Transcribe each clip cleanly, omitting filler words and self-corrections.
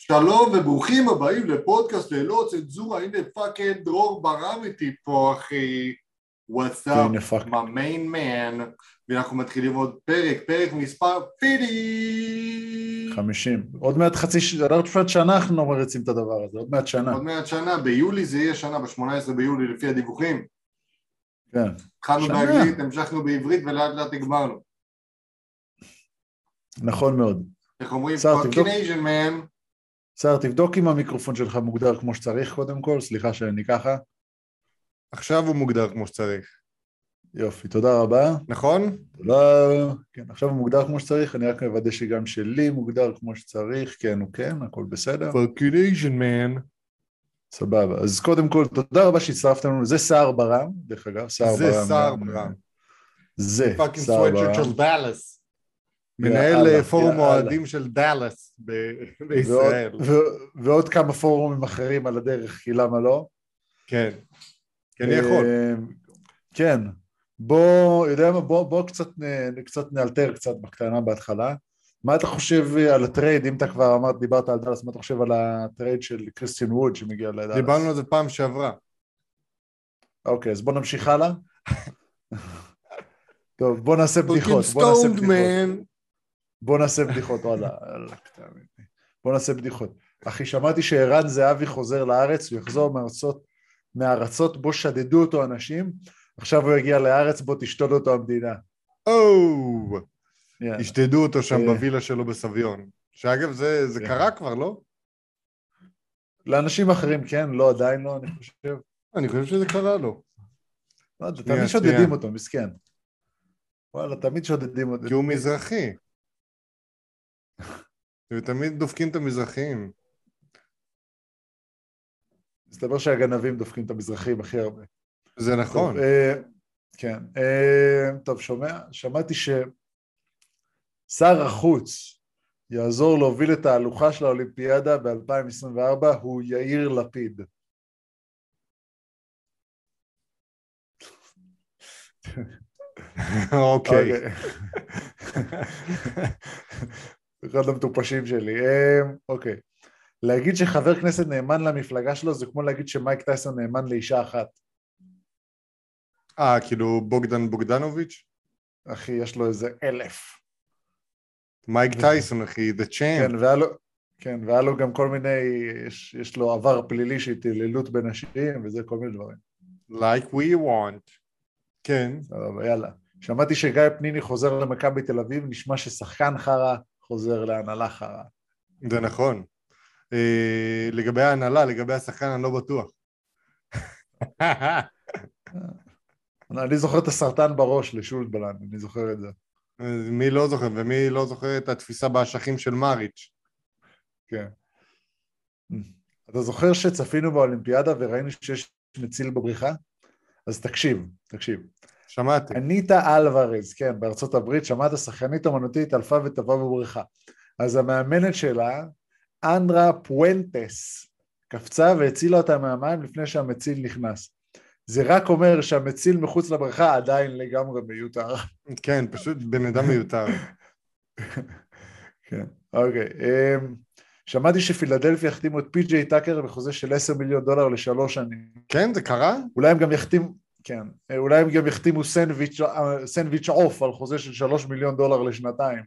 שלום וברוכים הבאים לפודקאסט ללא צנזורה. הנה פאקינג דרור ברם איתי פה אחי. What's up, my main man. ואנחנו מתחילים עוד פרק מספר 50. עוד מעט שנה אנחנו מריצים את הדבר הזה, עוד מעט שנה. ביולי זה יהיה שנה, ב-18 ביולי לפי הדיווחים. כן. התחלנו באנגלית, המשכנו בעברית ולאט לאט הגמרנו. נכון מאוד. איך אומרים? fucking Asian man. שר, תבדוק אם המיקרופון שלך מוגדר כמו שצריך קודם כל, סליחה שאני ככה. עכשיו הוא מוגדר כמו שצריך. יופי, תודה רבה. נכון? תודה. כן, עכשיו הוא מוגדר כמו שצריך, אני רק מוודא שגם שלי מוגדר כמו שצריך, כן הוא כן, הכל בסדר. fucking Asian man. סבבה, אז קודם כל תודה רבה שהצטרפתם לנו, זה שר ברם, דרך אגב, שר ברם. זה שר ברם. זה שר ברם. של דאלאס. מנהל פורום אוהדים של דאלאס בישראל. ועוד כמה פורומים אחרים על הדרך, כי למה לא? כן, כי אני יכול. כן, בוא קצת נאלתר קצת בקטנה בהתחלה. מה אתה חושב על הטרייד, אם אתה כבר דיברת על דאלאס, מה אתה חושב על הטרייד של קריסטיאן ווד שמגיע לדאלאס? דיברנו על זה פעם שעברה. אוקיי, אז בוא נמשיך הלאה. טוב, בוא נעשה בדיחות. בוא נעשה בדיחות, בוא נעשה בדיחות. אחי, שמעתי שערן זהבי חוזר לארץ, הוא יחזור מארצות בו שדדו אותו אנשים, עכשיו הוא יגיע לארץ בו תשתוד אותו המדינה. השתדו אותו שם בווילה שלו בסביון. שאגב, זה קרה כבר, לא? לאנשים אחרים כן, לא, עדיין לא, אני חושב. אני חושב שזה קרה לו. תמיד שודדים אותו, מסכן. וואלה, תמיד שודדים אותו. כי הוא מזרחי. ותמיד דופקים את המזרחים. מסתבר שהגנבים דופקים את המזרחים הכי הרבה. זה נכון. טוב, כן. טוב, שמעתי ששר החוץ יעזור להוביל את ההלוכה של האולימפיאדה ב-2024, הוא יאיר לפיד. אוקיי. אחד המטופשים שלי. אוקיי. להגיד שחבר כנסת נאמן למפלגה שלו זה כמו להגיד שמייק טייסון נאמן לאישה אחת. כאילו בוגדן בוגדנוביץ'? אחי, יש לו איזה 1000. מייק טייסון, אחי, the champ. כן, והיה לו גם כל מיני, יש לו עבר פלילי של התעללות בנשים, וזה כל מיני דברים. Like we want. כן. סבבה, יאללה. שמעתי שגיא פניני חוזר למכבי תל אביב, נשמע ששחקן חרה חוזר להנהלה חרה. זה נכון. לגבי ההנהלה, לגבי השחקן, אני לא בטוח. אני זוכר את הסרטן בראש לשולדבלן, אני זוכר את זה. מי לא זוכר, ומי לא זוכר את התפיסה באשכים של מריץ'. כן. אתה זוכר שצפינו באולימפיאדה וראינו שיש מציל בבריכה? אז תקשיב. שמעתי. אניטה אלוורז, כן, בארצות הברית, שמעת שחקנית אמנותית, אלפה וטבע בבריכה. אז המאמנת שלה, אנדרה פואנטס, קפצה והצילה אותה מהמים לפני שהמציל נכנס. זה רק אומר שהמציל מחוץ לבריכה עדיין לגמרי מיותר. כן, פשוט בן אדם מיותר. כן, אוקיי. שמעתי שפילדלפיה יחתימו את פי.ג'יי טאקר בחוזה של $10 מיליון ל3 שנים. כן, זה קרה? אולי הם גם יחתימו סנדוויץ' עוף על חוזה של $3 מיליון לשנתיים.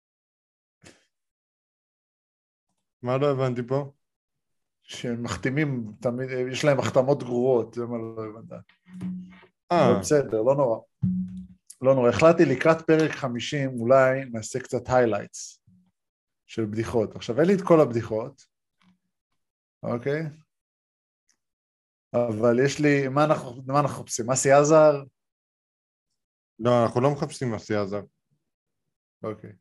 מה לא הבנתי פה? שהם מחתימים, תמיד, יש להם החתמות גרועות, זה מה לא הבנת. בסדר, לא נורא. החלטתי לקראת פרק 50, אולי נעשה קצת highlights של בדיחות. עכשיו, אין לי את כל הבדיחות, אוקיי? אבל יש לי, מה אנחנו מחפשים? מסי עזר? לא, אנחנו לא מחפשים מסי עזר. אוקיי.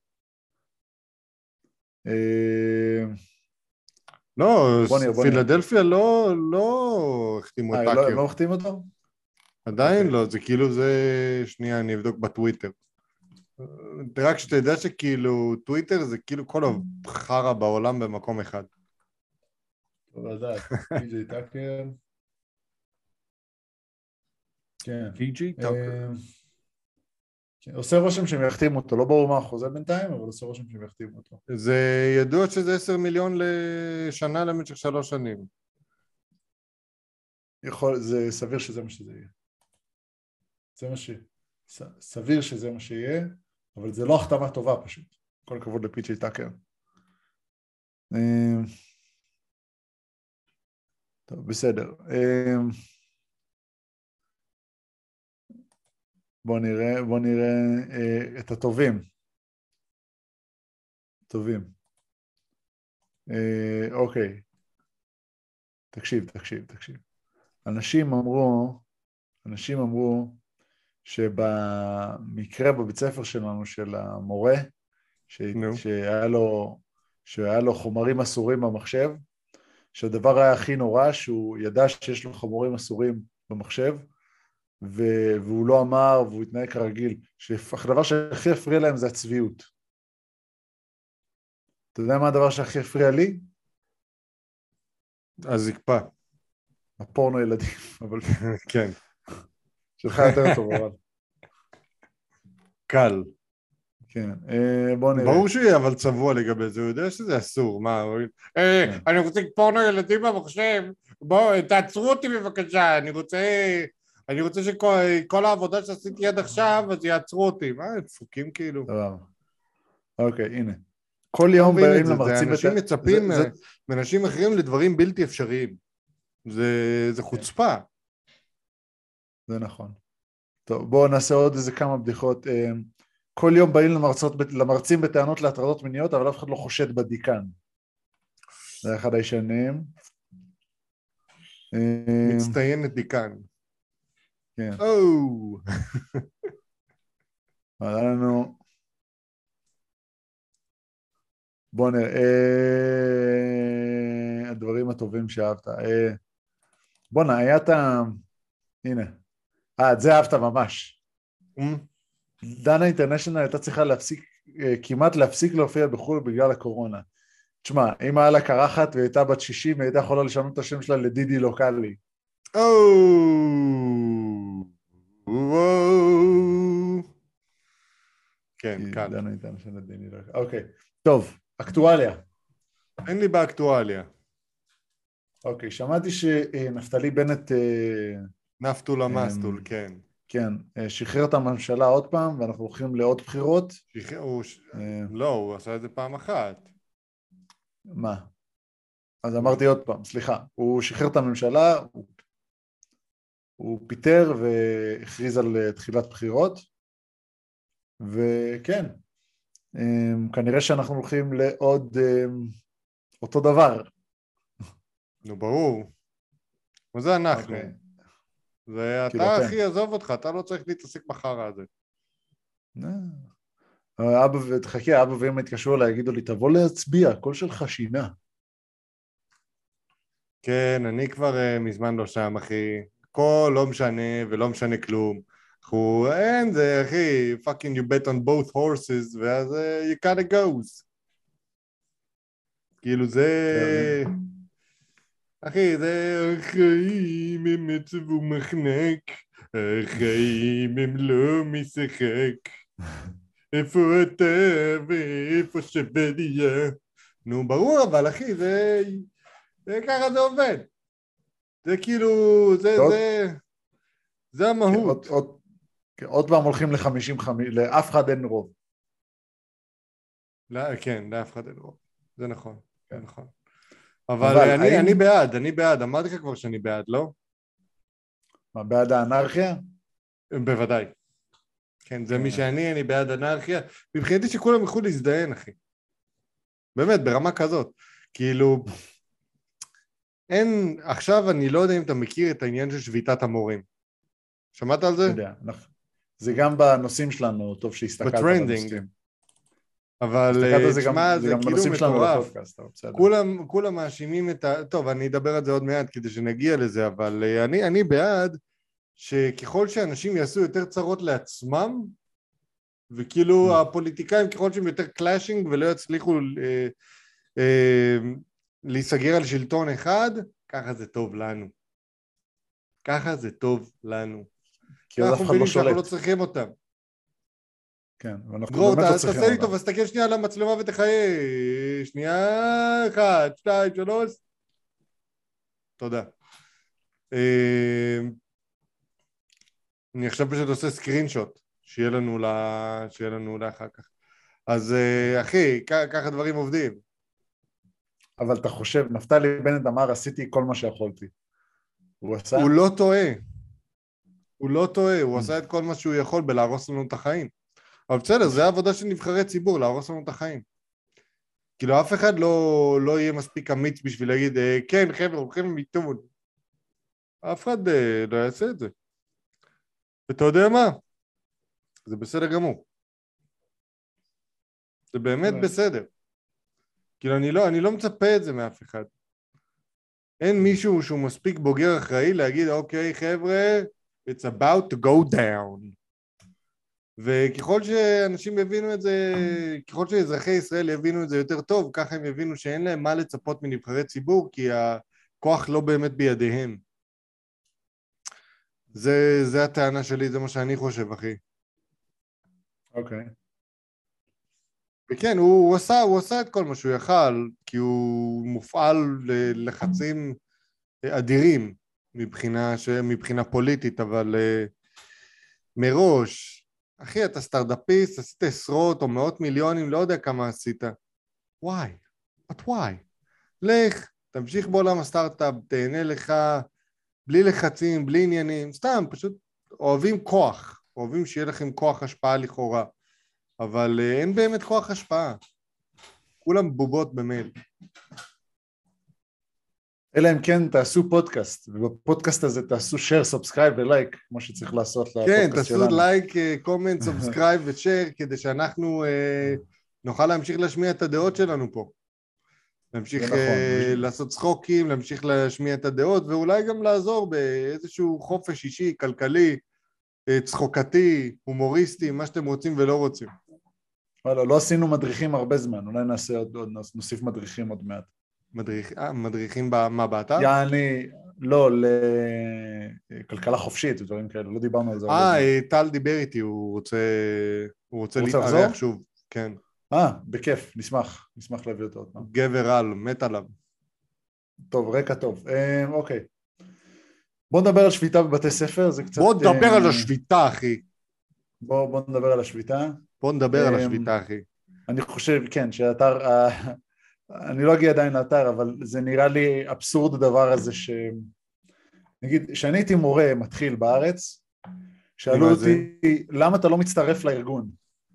לא, פילדלפיה לא החתימו את טאקר. לא החתימו אותו? עדיין לא, זה כאילו זה, שנייה, אני אבדוק בטוויטר. רק שאתה יודע שכאילו טוויטר זה כאילו כל החרא בעולם במקום אחד. טוב לדעת, פי.ג'יי טאקר. כן. פי.ג'יי טאקר. עושה רושם שהם יחתימו אותו, לא ברור מה החוזה בינתיים, אבל עושה רושם שהם יחתימו אותו. זה ידוע שזה 10 מיליון לשנה למשך 3 שנים. זה סביר שזה מה שזה יהיה. סביר שזה מה שיהיה, אבל זה לא החתמה טובה פשוט. כל הכבוד לפיצ'י טאקר. טוב, בסדר. בוא נראה את הטובים. טובים. אוקיי. תקשיב. אנשים אמרו שבמקרה בבית ספר שלנו של המורה, שהיה לו חומרים אסורים במחשב, שהדבר היה הכי נורא, שהוא ידע שיש לו חומרים אסורים במחשב, והוא לא אמר, והוא התנהג כרגיל, שהדבר שהכי הפריע להם זה הצביעות. אתה יודע מה הדבר שהכי הפריע לי? הזקפה. הפורנו ילדים, אבל... כן. שלך יותר טוב, אבל... קל. כן, בוא נראה. ברור שהוא יהיה אבל צבוע לגבי זה, הוא יודע שזה אסור, מה? אני רוצה פורנו ילדים במחשב, בואו, תעצרו אותי בבקשה, אני רוצה שכל העבודה שעשיתי עד עכשיו, אז יעצרו אותי. מה, דפוקים כאילו? אוקיי, הנה. כל יום באים למרצים... אנשים מצפים מאנשים אחרים לדברים בלתי אפשריים. זה חוצפה. זה נכון. טוב, בואו נעשה עוד איזה כמה בדיחות. כל יום באים למרצים בטענות להטרדות מיניות, אבל אף אחד לא חושד בדיקן. זה אחד הישנים. מצטיינת דיקן. כן. או! עלה לנו... בוא נראה הדברים הטובים שאהבת. בוא היה את ה... הנה. את זה אהבת ממש. דנה אינטרנשיונל הייתה צריכה כמעט להפסיק להופיע בחו"ל בגלל הקורונה. תשמע, אם היה לה קרחת והיא הייתה בת 60, היא הייתה יכולה לשנות את השם שלה לדידי לוקלי. כן, קל. דנה אינטרנשיונל דידי לוקלי. אוקיי, טוב, אקטואליה. אין לי באקטואליה. אוקיי, שמעתי שנפתלי בנט... נפתול המסטול, כן. כן, שחרר את הממשלה עוד פעם, ואנחנו הולכים לעוד בחירות. לא, הוא עשה את זה פעם אחת. מה? אז אמרתי עוד פעם, סליחה. הוא שחרר את הממשלה, הוא פיטר והכריז על תחילת בחירות, וכן, כנראה שאנחנו הולכים לעוד אותו דבר. נו, ברור. וזה אנחנו. ואתה הכי עזוב אותך, אתה לא צריך להתעסק בחרא הזה. תחכה, אבא ואמא התקשרו אליי, יגידו לי, תבוא להצביע, הכל שלך שינה. כן, אני כבר מזמן לא שם, אחי. הכל לא משנה ולא משנה כלום. אין זה, אחי, fucking you bet on both horses, ואז you gotta goes. כאילו זה... אחי, זה החיים הם עצב ומחנק, החיים הם לא משחק. איפה אתה ואיפה שבדיה? נו, ברור, אבל אחי, זה ככה זה עובד. זה כאילו, זה המהות. עוד פעם הולכים ל-50-50, לאף אחד אין רוב. כן, לאף אחד אין רוב. זה נכון, זה נכון. אבל אני בעד, אמרתי לך כבר שאני בעד, לא? מה, בעד האנרכיה? בוודאי. כן, זה מי אני בעד אנרכיה. מבחינתי שכולם יכולו להזדהן, אחי. באמת, ברמה כזאת. כאילו, עכשיו אני לא יודע אם אתה מכיר את העניין של שביתת המורים. שמעת על זה? יודע, זה גם בנושאים שלנו, טוב שהסתכלת על הנושאים. אבל תשמע, זה כאילו מטורף. כולם מאשימים את טוב, אני אדבר על זה עוד מעט כדי שנגיע לזה, אבל אני בעד שככל שאנשים יעשו יותר צרות לעצמם, וכאילו הפוליטיקאים ככל שהם יותר קלאשינג ולא יצליחו להיסגר על שלטון אחד, ככה זה טוב לנו. ככה זה טוב לנו. אנחנו מבינים שאנחנו לא צריכים אותם. כן, דרור, תעשה לי טוב, אז תסתכל שנייה על המצלמה ותחיה. שנייה, 1, 2, 3. תודה. אני עכשיו פשוט עושה סקרינשוט, שיהיה לנו לאחר כך. אז אחי, ככה דברים עובדים. אבל אתה חושב, נפתלי בנט אמר, עשיתי כל מה שיכולתי. הוא עשה? הוא לא טועה, הוא עשה את כל מה שהוא יכול בלהרוס לנו את החיים. אבל בסדר, זה העבודה של נבחרי ציבור, להרוס לנו את החיים. כאילו אף אחד לא יהיה מספיק אמיץ בשביל להגיד, כן חבר'ה, הולכים למיתון. אף אחד לא יעשה את זה. ואתה יודע מה? זה בסדר גמור. זה באמת בסדר. כאילו אני לא מצפה את זה מאף אחד. אין מישהו שהוא מספיק בוגר אחראי להגיד, אוקיי חבר'ה, it's about to go down. וככל שאנשים יבינו את זה, ככל שאזרחי ישראל יבינו את זה יותר טוב, ככה הם יבינו שאין להם מה לצפות מנבחרי ציבור, כי הכוח לא באמת בידיהם. זה הטענה שלי, זה מה שאני חושב, אחי. אוקיי. וכן, הוא עשה את כל מה שהוא יכל, כי הוא מופעל ללחצים אדירים מבחינה פוליטית, אבל מראש, אחי, אתה סטארט-אפיסט, עשית עשרות או מאות מיליונים, לא יודע כמה עשית. why? לך, תמשיך בעולם הסטארט-אפ, תהנה לך, בלי לחצים, בלי עניינים, סתם, פשוט אוהבים כוח, אוהבים שיהיה לכם כוח השפעה לכאורה, אבל אין באמת כוח השפעה, כולם בובות במייל. אלא אם כן תעשו פודקאסט, ובפודקאסט הזה תעשו share, subscribe ולייק, כמו שצריך לעשות לפודקאסט שלנו. כן, תעשו לייק, קומנט, סאבסקרייב ושאר, כדי שאנחנו נוכל להמשיך להשמיע את הדעות שלנו פה. להמשיך לעשות צחוקים, להמשיך להשמיע את הדעות, ואולי גם לעזור באיזשהו חופש אישי, כלכלי, צחוקתי, הומוריסטי, מה שאתם רוצים ולא רוצים. לא עשינו מדריכים הרבה זמן, אולי נוסיף מדריכים עוד מעט. מדריכים במה, באתר? לא, לכלכלה חופשית ודברים כאלה, לא דיברנו על זה. טל דיבר איתי, הוא רוצה להתארח שוב, כן. בכיף, נשמח להביא אותו עוד פעם. גבר על, מת עליו. טוב, רקע טוב, אוקיי. בוא נדבר על שביתה בבתי ספר, זה קצת... בוא נדבר על השביתה, אחי. בוא נדבר על השביתה. בוא נדבר על השביתה, אחי. אני חושב, כן, שהאתר... אני לא אגיע עדיין לאתר, אבל זה נראה לי אבסורד הדבר הזה ש... נגיד, כשאני הייתי מורה מתחיל בארץ, שאלו אותי, למה אתה לא מצטרף לארגון?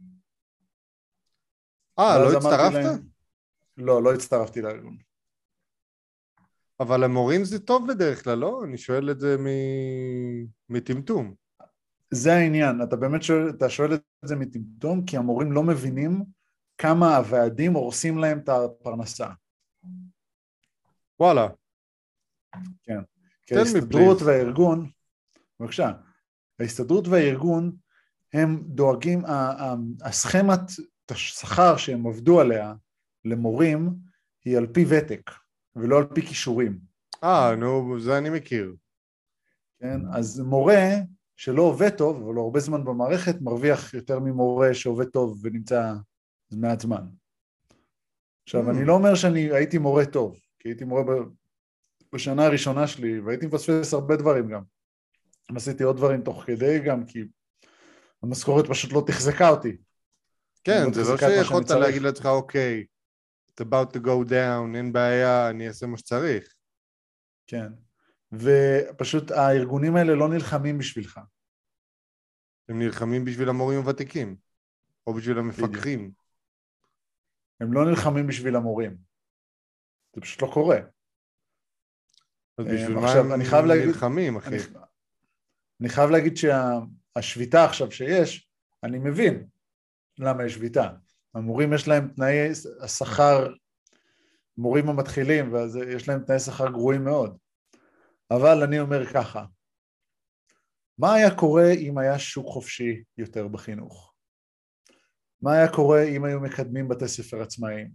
לא הצטרפת? לא הצטרפתי לארגון. אבל המורים זה טוב בדרך כלל, לא? אני שואל את זה מטמטום. זה העניין, אתה שואל את זה מטמטום, כי המורים לא מבינים כמה הוועדים הורסים להם את הפרנסה. וואלה. כן. כי ההסתדרות והארגון, בבקשה, ההסתדרות והארגון הם דואגים, הסכמת השכר שהם עבדו עליה למורים היא על פי ותק ולא על פי כישורים. נו, זה אני מכיר. כן, אז מורה שלא עובד טוב, אבל לא הרבה זמן במערכת, מרוויח יותר ממורה שעובד טוב ונמצא מעט זמן. עכשיו, אני לא אומר שאני הייתי מורה טוב, כי הייתי מורה בשנה הראשונה שלי, והייתי מפספס הרבה דברים גם. עשיתי עוד דברים תוך כדי גם, כי המשכורת פשוט לא תחזקה אותי. כן, זה לא שיכולת להגיד לעצמך, אוקיי, it's about to go down, אין בעיה, אני אעשה מה שצריך. כן, ופשוט הארגונים האלה לא נלחמים בשבילך. הם נלחמים בשביל המורים הוותיקים, או בשביל המפקחים. הם לא נלחמים בשביל המורים. זה פשוט לא קורה. אז בשביל מה הם נלחמים, אחי? אני חייב להגיד שהשביתה עכשיו שיש, אני מבין למה יש שביתה. המורים יש להם תנאי השכר, מורים המתחילים, ואז יש להם תנאי שכר גרועים מאוד. אבל אני אומר ככה, מה היה קורה אם היה שוק חופשי יותר בחינוך? מה היה קורה אם היו מקדמים בתי ספר עצמאיים?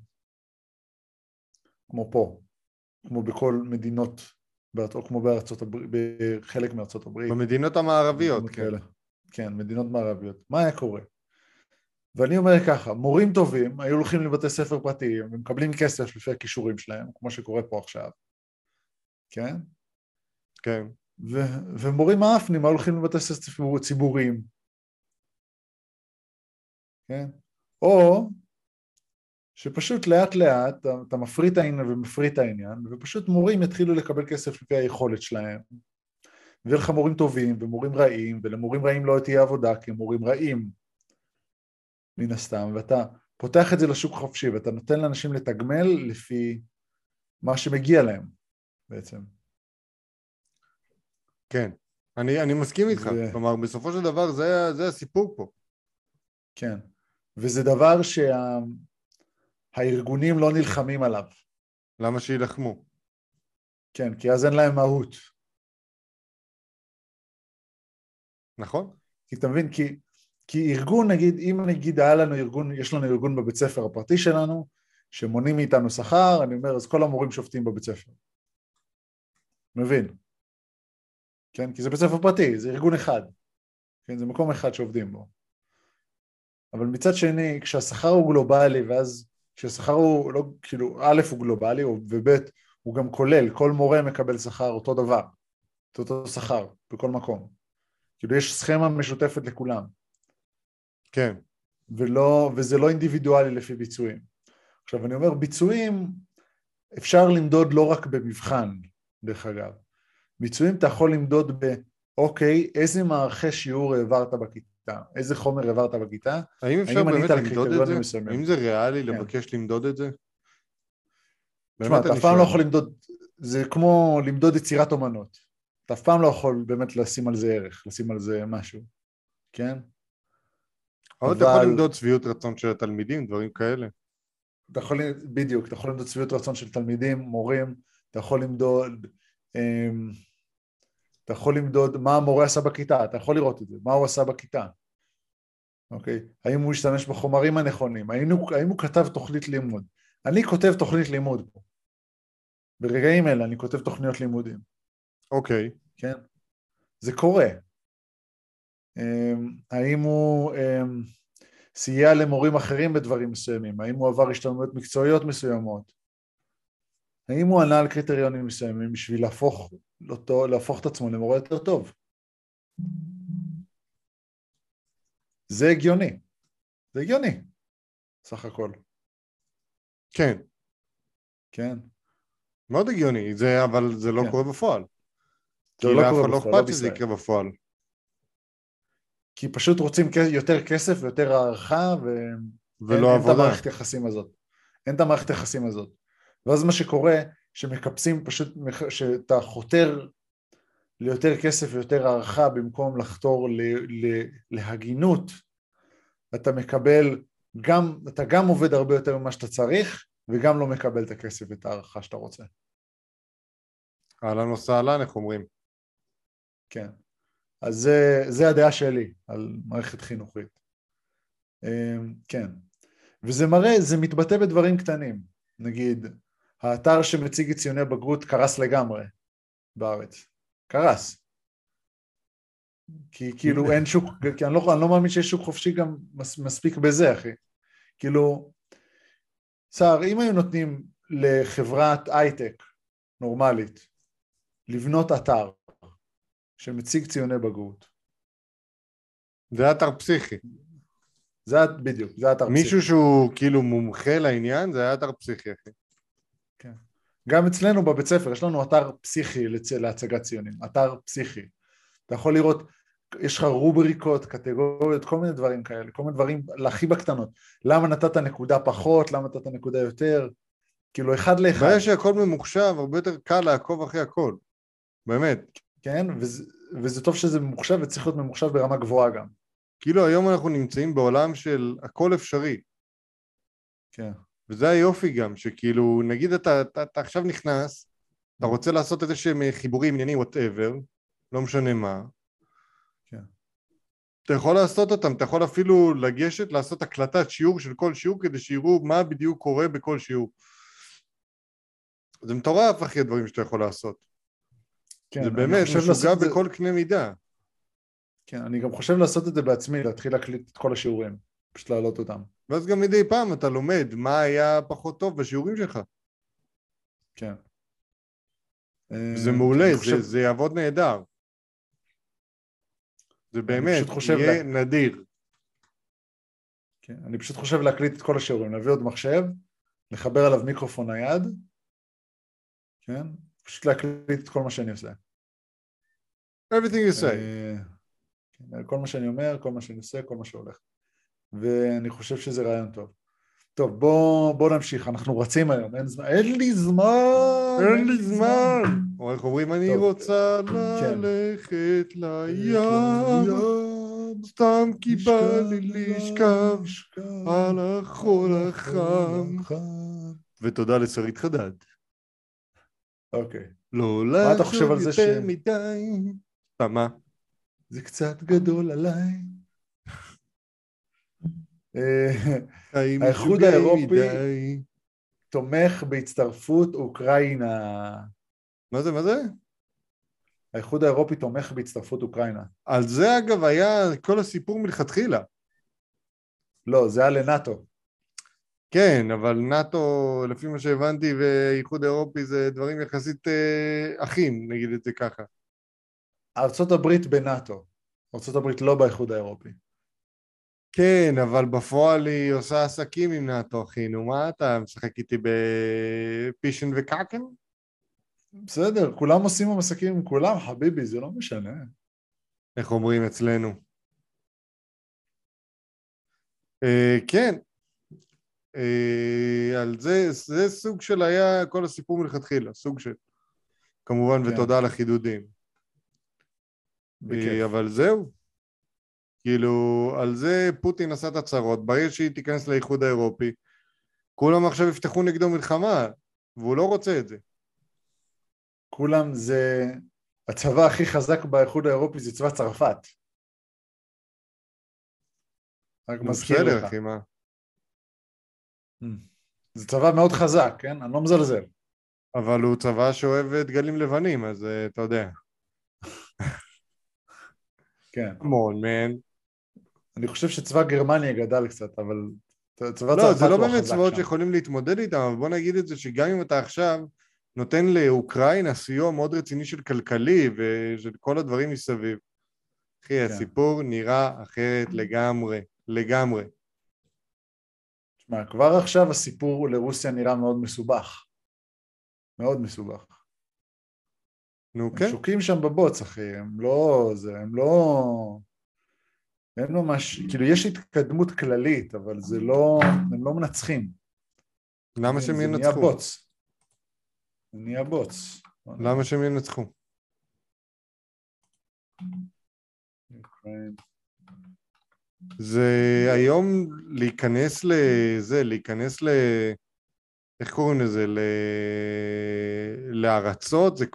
כמו פה, כמו בכל מדינות, או כמו בחלק מארצות הברית. במדינות המערביות, כן. כן, מדינות מערביות. מה היה קורה? ואני אומר ככה, מורים טובים היו הולכים לבתי ספר פרטיים ומקבלים כסף לפי הכישורים שלהם, כמו שקורה פה עכשיו, כן? כן. ומורים מאפנים היו הולכים לבתי ספר ציבוריים, כן? או שפשוט לאט לאט אתה מפריט העניין ומפריט העניין, ופשוט מורים יתחילו לקבל כסף לפי היכולת שלהם, ויהיה לך מורים טובים ומורים רעים, ולמורים רעים לא תהיה עבודה כי הם מורים רעים מן הסתם, ואתה פותח את זה לשוק חופשי, ואתה נותן לאנשים לתגמל לפי מה שמגיע להם בעצם. כן, אני מסכים איתך, כלומר בסופו של דבר זה הסיפור פה. כן, וזה דבר שהארגונים לא נלחמים עליו. למה שילחמו? כן, כי אז אין להם מהות. נכון. כי אתה מבין, כי ארגון, נגיד, אם נגיד היה לנו ארגון, יש לנו ארגון בבית ספר הפרטי שלנו, שמונים מאיתנו שכר, אני אומר, אז כל המורים שופטים בבית ספר. מבין? כן, כי זה בית ספר פרטי, זה ארגון אחד. כן, זה מקום אחד שעובדים בו. אבל מצד שני, כשהשכר הוא גלובלי, ואז כשהשכר הוא לא, כאילו, א' הוא גלובלי, וב' הוא גם כולל, כל מורה מקבל שכר אותו דבר, אותו שכר, בכל מקום. כאילו יש סכמה משותפת לכולם. כן. וזה לא אינדיבידואלי לפי ביצועים. עכשיו אני אומר, ביצועים אפשר למדוד לא רק במבחן, דרך אגב. ביצועים אתה יכול למדוד אוקיי, איזה מערכי שיעור העברת בכיתה, איזה חומר העברת בכיתה. האם אפשר באמת למדוד את זה? האם זה ריאלי לבקש למדוד את זה? תשמע, אתה אף פעם לא יכול למדוד, זה כמו למדוד יצירת אומנות. אתה אף פעם לא יכול באמת לשים על זה ערך, לשים על זה משהו, כן? אבל אתה יכול למדוד שביעות רצון של התלמידים, דברים כאלה. בדיוק, אתה יכול למדוד שביעות רצון של תלמידים, מורים, אתה יכול למדוד מה המורה עשה בכיתה, אתה יכול לראות את זה, מה הוא עשה בכיתה, אוקיי? האם הוא השתמש בחומרים הנכונים, האם הוא כתב תוכנית לימוד. אני כותב תוכנית לימוד פה. ברגעים אלה אני כותב תוכניות לימודים. אוקיי. כן? זה קורה. האם הוא סייע למורים אחרים בדברים מסוימים? האם הוא עבר השתלמויות מקצועיות מסוימות? האם הוא ענה על קריטריונים מסוימים בשביל להפוך את עצמו למורה יותר טוב? זה הגיוני. זה הגיוני. סך הכל. כן. כן. מאוד הגיוני, אבל זה לא קורה בפועל. כי לאף אחד לא אכפת שזה יקרה בפועל. כי פשוט רוצים יותר כסף ויותר הערכה, ולא עבודה. אין את המערכת יחסים הזאת. אין את המערכת יחסים הזאת. ואז מה שקורה, שמקפצים פשוט, שאתה חותר ליותר כסף ויותר הערכה, במקום לחתור להגינות, אתה מקבל, אתה גם עובד הרבה יותר ממה שאתה צריך, וגם לא מקבל את הכסף ואת הערכה שאתה רוצה. אהלן וסהלן, איך אומרים? כן. אז זה הדעה שלי על מערכת חינוכית. כן. וזה מראה, זה מתבטא בדברים קטנים. נגיד, האתר שמציג את ציוני בגרות קרס לגמרי בארץ. קרס. כי כאילו אין שוק, כי אני לא מאמין שיש שוק חופשי גם מספיק בזה, אחי. כאילו, סער, אם היו נותנים לחברת הייטק נורמלית לבנות אתר שמציג ציוני בגרות. זה אתר פסיכי. בדיוק, זה אתר פסיכי. מישהו שהוא כאילו מומחה לעניין, זה אתר פסיכי, אחי. כן. גם אצלנו בבית ספר, יש לנו אתר פסיכי להצגת ציונים, אתר פסיכי. אתה יכול לראות, יש לך רובריקות, קטגוריות, כל מיני דברים כאלה, כל מיני דברים הכי בקטנות. למה נתת נקודה פחות, למה נתת נקודה יותר, כאילו אחד לאחד. בעיה שהכל ממוחשב, הרבה יותר קל לעקוב אחרי הכל. באמת. כן, וזה טוב שזה ממוחשב, וצריך להיות ממוחשב ברמה גבוהה גם. כאילו היום אנחנו נמצאים בעולם של הכל אפשרי. כן. וזה היופי גם, שכאילו, נגיד אתה עכשיו נכנס, אתה רוצה לעשות איזה שהם חיבורים, עניינים, whatever, לא משנה מה. כן. אתה יכול לעשות אותם, אתה יכול אפילו לגשת, לעשות הקלטת שיעור של כל שיעור, כדי שיראו מה בדיוק קורה בכל שיעור. זה מטורף אחרי הדברים שאתה יכול לעשות. כן, זה באמת משוגע בכל קנה מידה. כן, אני גם חושב לעשות את זה בעצמי, להתחיל להקליט את כל השיעורים. פשוט להעלות אותם. ואז גם מדי פעם אתה לומד מה היה פחות טוב בשיעורים שלך. כן. זה מעולה, זה יעבוד נהדר. זה באמת, יהיה נדיר. כן, אני פשוט חושב להקליט את כל השיעורים, להביא עוד מחשב, לחבר עליו מיקרופון נייד, כן? פשוט להקליט את כל מה שאני עושה. Everything you say. כל מה שאני אומר, כל מה שאני עושה, כל מה שהולך. ואני חושב שזה רעיון טוב. טוב, בוא נמשיך, אנחנו רצים היום, אין לי זמן. או איך אומרים, אני רוצה ללכת לים, סתם כי בא לי לשכב על החול החם. ותודה לשרית חדד. אוקיי. לא לחשוב יותר מדי. מה? זה קצת גדול עליי. האיחוד האירופי תומך בהצטרפות אוקראינה. מה זה? האיחוד האירופי תומך בהצטרפות אוקראינה. על זה אגב היה כל הסיפור מלכתחילה. לא, זה היה לנאטו. כן, אבל נאטו, לפי מה שהבנתי, והאיחוד האירופי זה דברים יחסית אחים, נגיד את זה ככה. ארצות הברית בנאטו. ארצות הברית לא באיחוד האירופי. כן, אבל בפועל היא עושה עסקים עם נאטו, אחי. נו, מה אתה משחק איתי בפישן וקקן? בסדר, כולם עושים עסקים עם כולם, חביבי, זה לא משנה. איך אומרים אצלנו? כן. על זה סוג של היה כל הסיפור מלכתחילה, סוג של. כמובן, כן. ותודה על החידודים. אבל זהו. כאילו, על זה פוטין עשה את הצהרות, ברגע שהיא תיכנס לאיחוד האירופי, כולם עכשיו יפתחו נגדו מלחמה, והוא לא רוצה את זה. כולם זה, הצבא הכי חזק באיחוד האירופי זה צבא צרפת. רק מזכיר לך. בסדר, אחי, מה? זה צבא מאוד חזק, כן? אני לא מזלזל. אבל הוא צבא שאוהב דגלים לבנים, אז אתה יודע. כן. Come on, man. אני חושב שצבא גרמניה גדל קצת, אבל צבא לא, זה לא באמת צבאות שיכולים להתמודד איתם, אבל בוא נגיד את זה שגם אם אתה עכשיו נותן לאוקראינה סיוע מאוד רציני של כלכלי ושל כל הדברים מסביב. אחי, כן. הסיפור נראה אחרת לגמרי. תשמע, כבר עכשיו הסיפור לרוסיה נראה מאוד מסובך. מאוד מסובך. נו, כן. הם שוקים שם בבוץ, אחי, הם לא... אין ממש, כאילו יש התקדמות כללית, אבל זה לא, הם לא מנצחים. למה שהם ינצחו? זה נהיה בוץ. למה שהם ינצחו? זה היום להיכנס איך קוראים לזה? לארצות, זה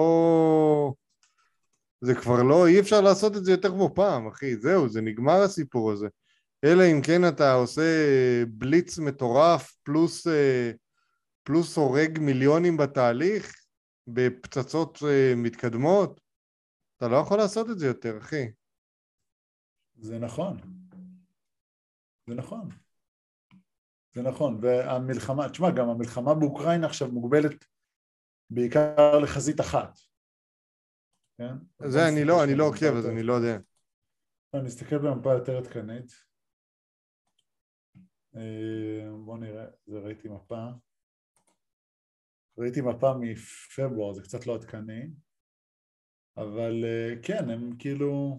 כבר לא, אי אפשר לעשות את זה יותר כמו פעם, אחי, זהו, זה נגמר הסיפור הזה. אלא אם כן אתה עושה בליץ מטורף, פלוס הורג מיליונים בתהליך, בפצצות מתקדמות, אתה לא יכול לעשות את זה יותר, אחי. זה נכון, והמלחמה, תשמע, גם המלחמה באוקראינה עכשיו מוגבלת בעיקר לחזית אחת. כן? זה אני לא עוקב, אז אני לא יודע. אני אסתכל במפה יותר עדכנית. בוא נראה, ראיתי מפה מפברואר, זה קצת לא עדכני, אבל כן, הם כאילו,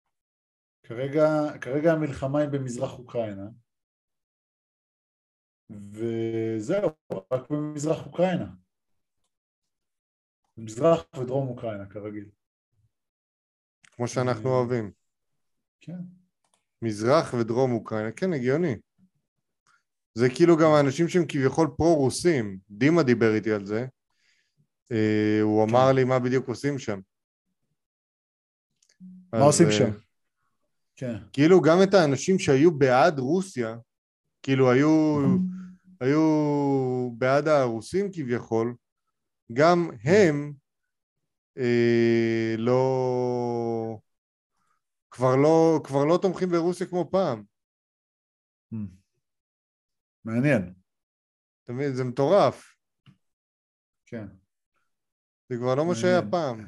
כרגע המלחמה היא במזרח אוקראינה, וזהו, רק במזרח אוקראינה. מזרח ודרום אוקראינה, כרגיל. כמו שאנחנו אוהבים. כן. מזרח ודרום אוקראינה, כן, הגיוני. זה כאילו גם האנשים שהם כביכול פרו-רוסים. דימה דיבר איתי על זה. הוא אמר לי מה בדיוק עושים שם. מה עושים שם? כן. כאילו גם את האנשים שהיו בעד רוסיה, כאילו היו בעד הרוסים כביכול, גם הם כבר לא תומכים ברוסיה כמו פעם. מעניין. אתה מבין, זה מטורף. כן. זה כבר לא מה שהיה פעם.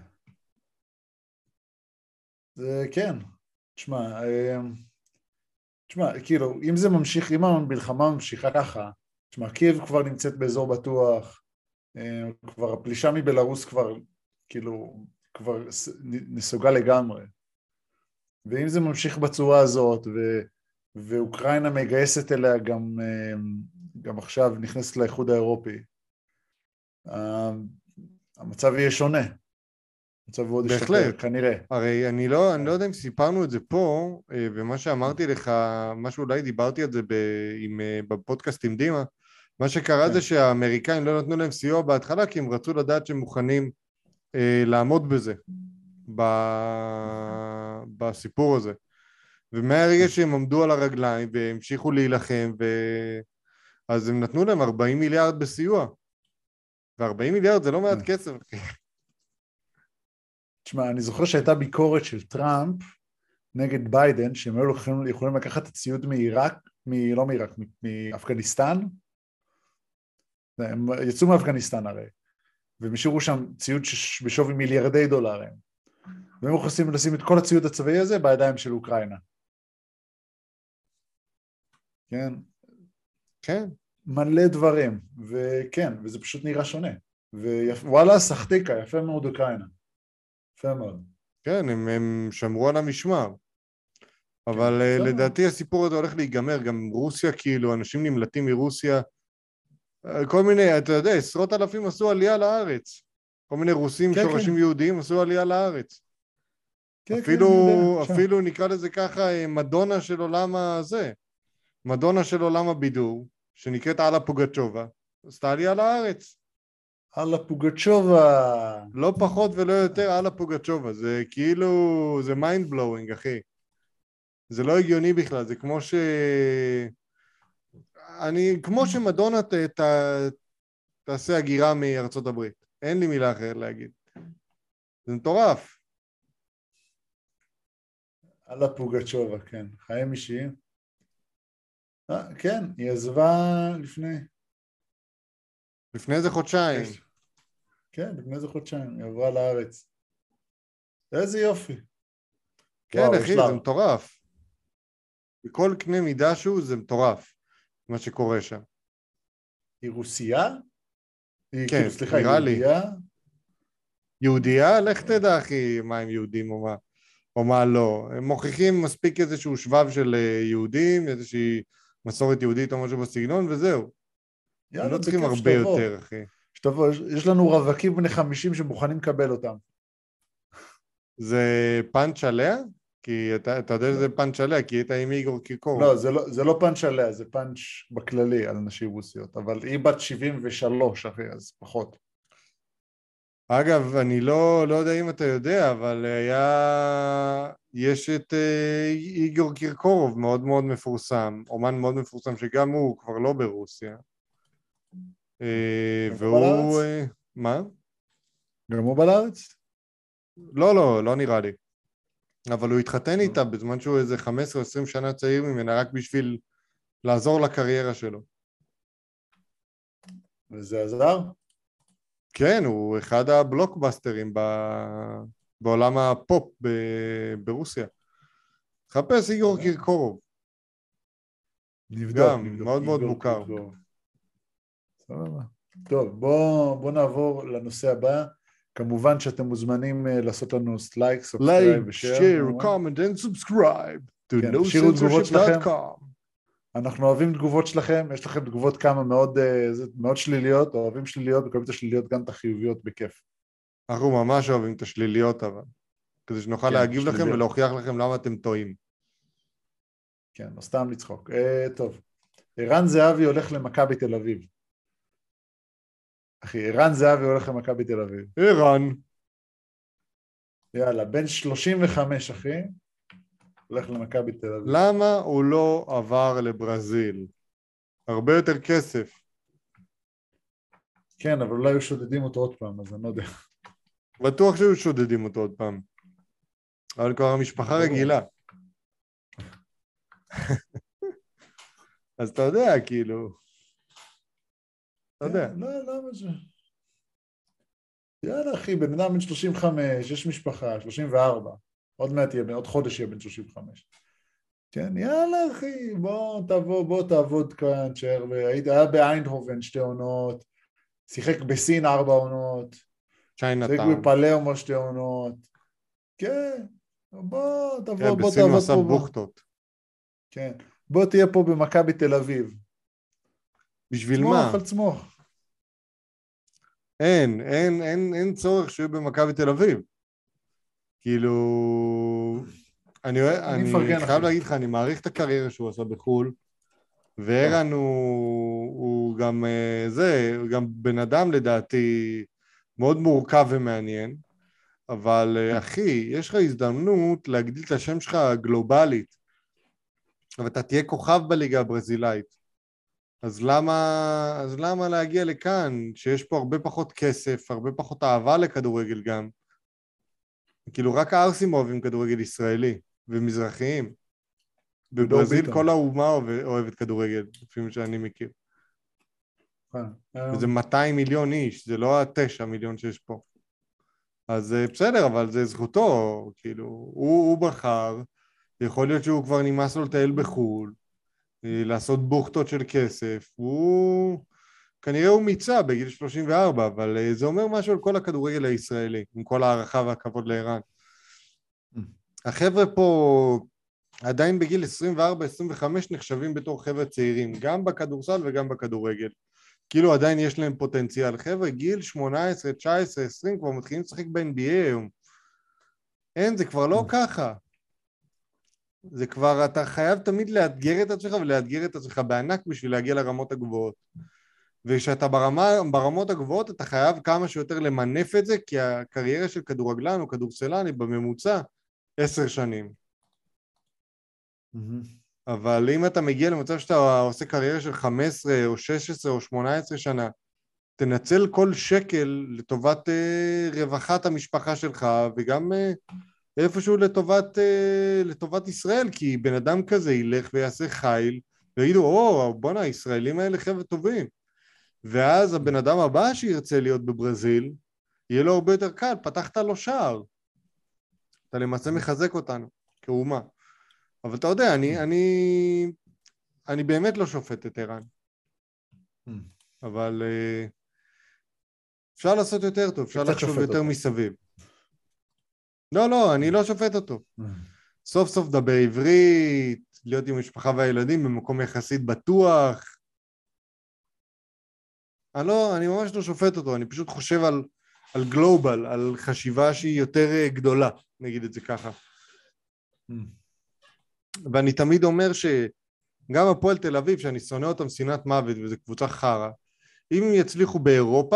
זה כן. תשמע, כאילו, אם זה ממשיך, אם המלחמה ממשיכה ככה, תשמע, קייב כבר נמצאת באזור בטוח, כבר הפלישה מבלרוס כבר, כאילו, כבר נסוגה לגמרי. ואם זה ממשיך בצורה הזאת, ואוקראינה מגייסת אליה גם עכשיו נכנסת לאיחוד האירופי, המצב יהיה שונה. המצב עוד ישתפר, כנראה. הרי אני לא יודע אם סיפרנו את זה פה, ומה שאמרתי לך, מה שאולי דיברתי על זה בפודקאסט עם דימה, מה שקרה זה שהאמריקאים לא נתנו להם סיוע בהתחלה, כי הם רצו לדעת שהם מוכנים לעמוד בזה, בסיפור הזה. ומהרגע שהם עמדו על הרגליים והמשיכו להילחם, אז הם נתנו להם 40 מיליארד בסיוע. ו40 מיליארד זה לא מעט כסף. תשמע, אני זוכר שהייתה ביקורת של טראמפ נגד ביידן, שהם היו יכולים לקחת את הציוד מאפגניסטן. הם יצאו מאפגניסטן הרי, והם השאירו שם ציוד בשווי מיליארדי דולרים. והם יכולים לשים את כל הציוד הצבאי הזה בידיים של אוקראינה. כן? כן. מלא דברים, וכן, וזה פשוט נראה שונה. ווואלה, סחטיקה, יפה מאוד אוקראינה. יפה מאוד. כן, הם שמרו על המשמר. אבל לדעתי הסיפור הזה הולך להיגמר, גם רוסיה כאילו, אנשים נמלטים מרוסיה, כל מיני, אתה יודע, עשרות אלפים עשו עלייה לארץ. כל מיני רוסים, שורשים יהודים עשו עלייה לארץ. אפילו נקרא לזה ככה, מדונה של עולם הזה. מדונה של עולם הבידור, שנקראת אלה פוגצ'ובה, עשתה עלייה לארץ. אלה פוגצ'ובה. לא פחות ולא יותר אלה פוגצ'ובה, זה כאילו, זה mind blowing, אחי. זה לא הגיוני בכלל, זה כמו שמדונה תעשה הגירה מארצות הברית. אין לי מילה אחרת להגיד. זה מטורף. אלה פוגצ'ובה, כן. חיים אישיים. כן, היא עזבה לפני איזה חודשיים. כן, לפני איזה חודשיים, היא עברה לארץ. איזה יופי. כן, אחי, זה מטורף. בכל קנה מידה שהוא זה מטורף, מה שקורה שם. היא רוסיה? כן, סליחה, היא יהודייה? יהודייה? לך תדע, אחי, מה הם יהודים או מה לא. הם מוכיחים מספיק איזשהו שבב של יהודים, איזושהי מסורת יהודית או משהו בסגנון, וזהו. הם לא צריכים הרבה יותר, אחי. שתבוא, יש לנו רווקים בני 50 שמוכנים לקבל אותם. זה פאנץ' עליה? כי אתה יודע שזה פאנץ' עליה, כי הייתה עם איגור קיקור. לא, זה לא פאנץ' עליה, זה פאנץ' בכללי על נשים רוסיות, אבל היא בת 73, אחי, אז פחות. אגב, אני לא יודע אם אתה יודע, אבל יש את איגור קירקורוב, מאוד מאוד מפורסם, אומן מאוד מפורסם, שגם הוא כבר לא ברוסיה. והוא... מה? גם הוא בארץ? לא נראה לי. אבל הוא התחתן איתה בזמן שהוא איזה 15-20 שנה צעיר ממנה, רק בשביל לעזור לקריירה שלו. וזה עזר? כן, הוא אחד הבלוקבאסטרים בעולם הפופ ברוסיה. חפש איגור קירקורוב. נבדוק. מאוד מאוד מוכר. טוב, בוא נעבור לנושא הבא. כמובן שאתם מוזמנים לעשות לנו לייק, סאבסקרייב ושאר. share, comment and subscribe to nocensorship.com. אנחנו אוהבים תגובות שלכם, יש לכם תגובות כמה מאוד שליליות, אוהבים שליליות, מקבלים את השליליות גם את החיוביות בכיף. אנחנו ממש אוהבים את השליליות אבל, כדי שנוכל להגיב לכם ולהוכיח לכם למה אתם טועים. כן, לא סתם לצחוק. טוב, ערן זהבי הולך למכבי תל אביב. אחי, ערן זהבי הולך למכבי תל אביב. ערן. יאללה, בן 35, אחי. הולך למכבי תל אביב. למה הוא לא עבר לברזיל? הרבה יותר כסף. כן, אבל אולי היו שודדים אותו עוד פעם, אז אני לא יודע. בטוח שהיו שודדים אותו עוד פעם. אבל כבר המשפחה רגילה. אז אתה יודע, כאילו, אתה יודע. לא, מה זה? יאללה, אחי, בן אדם בן 35, יש משפחה, 34, עוד מעט יהיה, עוד חודש יהיה בן 35. כן, יאללה, אחי, בוא תעבוד כאן, היה באיינדהובן 2 עונות, שיחק בסין 4 עונות, שיחק בפלאומו 2 עונות, כן, בוא תעבוד פה. בסין הוא עשה בוכטות. כן, בוא תהיה פה במכבי תל אביב. בשביל מה? צמוח על צמוח. אין צורך שהוא יהיה במכבי תל אביב. כאילו, אני חייב להגיד לך, אני מעריך את הקריירה שהוא עשה בחול, וערן הוא גם הוא גם בן אדם לדעתי מאוד מורכב ומעניין, אבל אחי, יש לך הזדמנות להגדיל את השם שלך גלובלית, אבל אתה תהיה כוכב בליגה הברזילאית. אז למה להגיע לכאן, שיש פה הרבה פחות כסף, הרבה פחות אהבה לכדורגל גם? כאילו רק הארסים אוהבים כדורגל ישראלי, ומזרחיים. בברזיל כל האומה אוהבת כדורגל, לפי מה שאני מכיר. וזה 200 מיליון איש, זה לא 9 מיליון שיש פה. אז בסדר, אבל זה זכותו, כאילו, הוא בחר, יכול להיות שהוא כבר נמאס לו לטייל בחול, לעשות בוכטות של כסף, כנראה הוא מיצה בגיל 34, אבל זה אומר משהו על כל הכדורגל הישראלי, עם כל הערכה והכבוד לערן. החבר'ה פה עדיין בגיל 24-25 נחשבים בתור חבר'ה צעירים, גם בכדורסל וגם בכדורגל. כאילו עדיין יש להם פוטנציאל. חבר'ה, גיל 18, 19, 20 כבר מתחילים לשחק ב-NBA היום. אין, זה כבר לא ככה. זה כבר, אתה חייב תמיד לאתגר את עצמך ולאתגר את עצמך בענק בשביל להגיע לרמות הגבוהות. וכשאתה ברמות הגבוהות אתה חייב כמה שיותר למנף את זה, כי הקריירה של כדורגלן או כדורסלן היא בממוצע 10 שנים. אבל אם אתה מגיע למצב שאתה עושה קריירה של 15 או 16 או 18 שנה, תנצל כל שקל לטובת רווחת המשפחה שלך, וגם איפשהו לטובת ישראל, כי בן אדם כזה ילך ויעשה חיל, ויגידו, בונה, הישראלים האלה חבר'ה טובים. ואז הבן אדם הבא שירצה להיות בברזיל, יהיה לו הרבה יותר קל, פתחת לו שער. אתה למעשה מחזק אותנו, כאומה. אבל אתה יודע, אני באמת לא שופט את ערן. אבל אפשר לעשות יותר טוב, אפשר לחשוב יותר מסביב. לא, אני לא שופט אותו. סוף סוף דבר עברית, להיות עם משפחה והילדים במקום יחסית בטוח. אני ממש לא שופט אותו, אני פשוט חושב על גלובל, על חשיבה שהיא יותר גדולה, נגיד את זה ככה. ואני תמיד אומר שגם הפועל תל אביב, שאני שונא אותם שנאת מוות, וזו קבוצה חרה, אם הם יצליחו באירופה,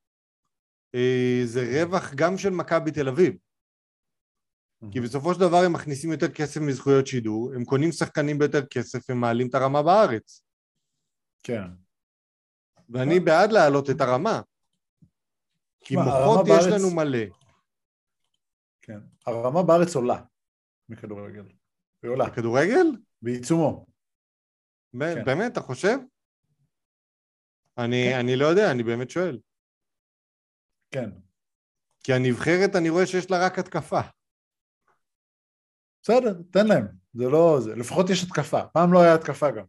זה רווח גם של מכבי תל אביב. כי בסופו של דבר הם מכניסים יותר כסף מזכויות שידור, הם קונים שחקנים ביותר כסף, הם מעלים את הרמה בארץ. כן. ואני בעד להעלות את הרמה. כי מוחות יש לנו מלא. כן. הרמה בארץ עולה מכדורגל. היא עולה. בכדורגל? בעיצומו. באמת, אתה חושב? אני לא יודע, אני באמת שואל. כן. כי הנבחרת אני רואה שיש לה רק התקפה. בסדר, תן להם. זה לא זה. לפחות יש התקפה. פעם לא היה התקפה גם.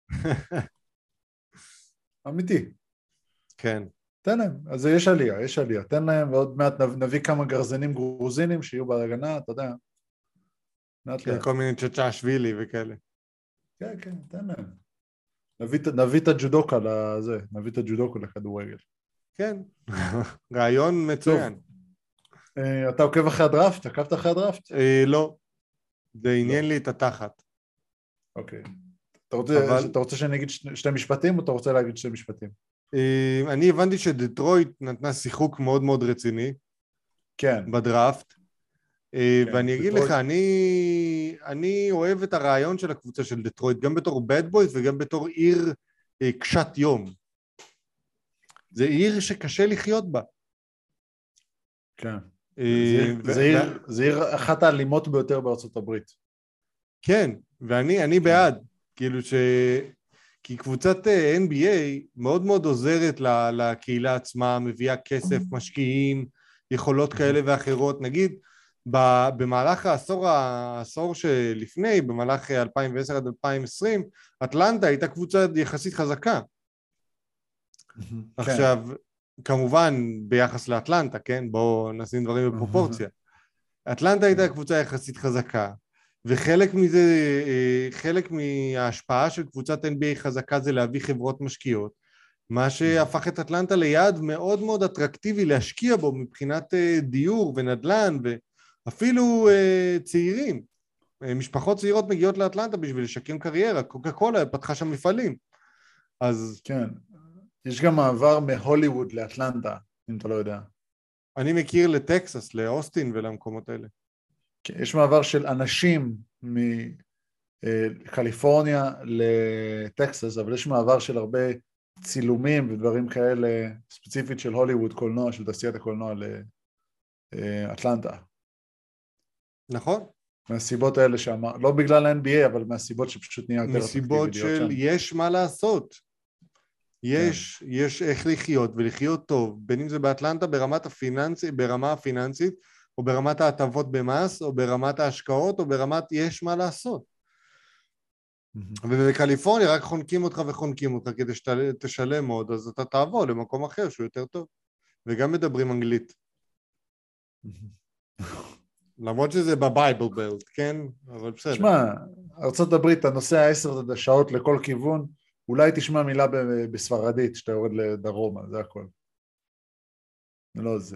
אמיתי. כן. תן להם. אז יש עלייה. תן להם, ועוד מעט נביא כמה גרזנים גרוזינים שיהיו בהגנה, אתה יודע. כן, כל מיני צ'צ'אשווילי וכאלה. כן, תן להם. נביא את הג'ודוקה לזה, נביא את הג'ודוקה לכדורגל. כן, רעיון מצוין. אתה עוקב אחרי הדראפט? עקבת אחרי הדראפט? לא. זה עניין לי את התחת. אוקיי. אתה רוצה שאני אגיד 2 משפטים, או אתה רוצה להגיד 2 משפטים? אני הבנתי שדטרויט נתנה שיחוק מאוד מאוד רציני. כן. בדראפט. ואני אגיד לך, אני אוהב את הרעיון של הקבוצה של דטרויט, גם בתור בד בויז וגם בתור עיר קשת יום. זה עיר שקשה לחיות בה. כן. זה עיר אחת האלימות ביותר בארצות הברית. כן, ואני בעד. כאילו כי קבוצת NBA מאוד מאוד עוזרת לקהילה עצמה, מביאה כסף, משקיעים, יכולות כאלה ואחרות. נגיד, במהלך העשור שלפני, במהלך 2010 עד 2020, אטלנטה הייתה קבוצה יחסית חזקה. עכשיו, כמובן ביחס לאטלנטה, כן? בואו נשים דברים בפרופורציה. אטלנטה הייתה קבוצה יחסית חזקה, וחלק מזה, חלק מההשפעה של קבוצת NBA חזקה זה להביא חברות משקיעות, מה שהפך את אטלנטה ליעד מאוד מאוד אטרקטיבי להשקיע בו מבחינת דיור ונדל"ן ואפילו צעירים. משפחות צעירות מגיעות לאטלנטה בשביל לשקם קריירה, קוקה קולה פתחה שם מפעלים. אז כן, יש גם מעבר מהוליווד לאטלנטה, אם אתה לא יודע. אני מכיר לטקסס, לאוסטין ולמקומות האלה. יש מעבר של אנשים מקליפורניה לטקסס, אבל יש מעבר של הרבה צילומים ודברים כאלה, ספציפית של הוליווד, קולנוע, של תעשיית הקולנוע לאטלנטה. נכון. מהסיבות האלה שאמר, לא בגלל ה-NBA, אבל מהסיבות שפשוט נהיה יותר מסיבות של יש מה לעשות. יש איך לחיות ולחיות טוב, בין אם זה באטלנטה ברמה הפיננסית, או ברמת ההטבות במס, או ברמת ההשקעות, או ברמת יש מה לעשות. ובקליפורניה רק חונקים אותך וחונקים אותך כדי שתשלם עוד, אז אתה תעבור למקום אחר שהוא יותר טוב. וגם מדברים אנגלית. למרות שזה בבייבל בלט, כן? אבל בסדר. תשמע, ארצות הברית, הנושא 10 שעות לכל כיוון, אולי תשמע מילה בספרדית שאתה יורד לדרומה, זה הכל. לא זה.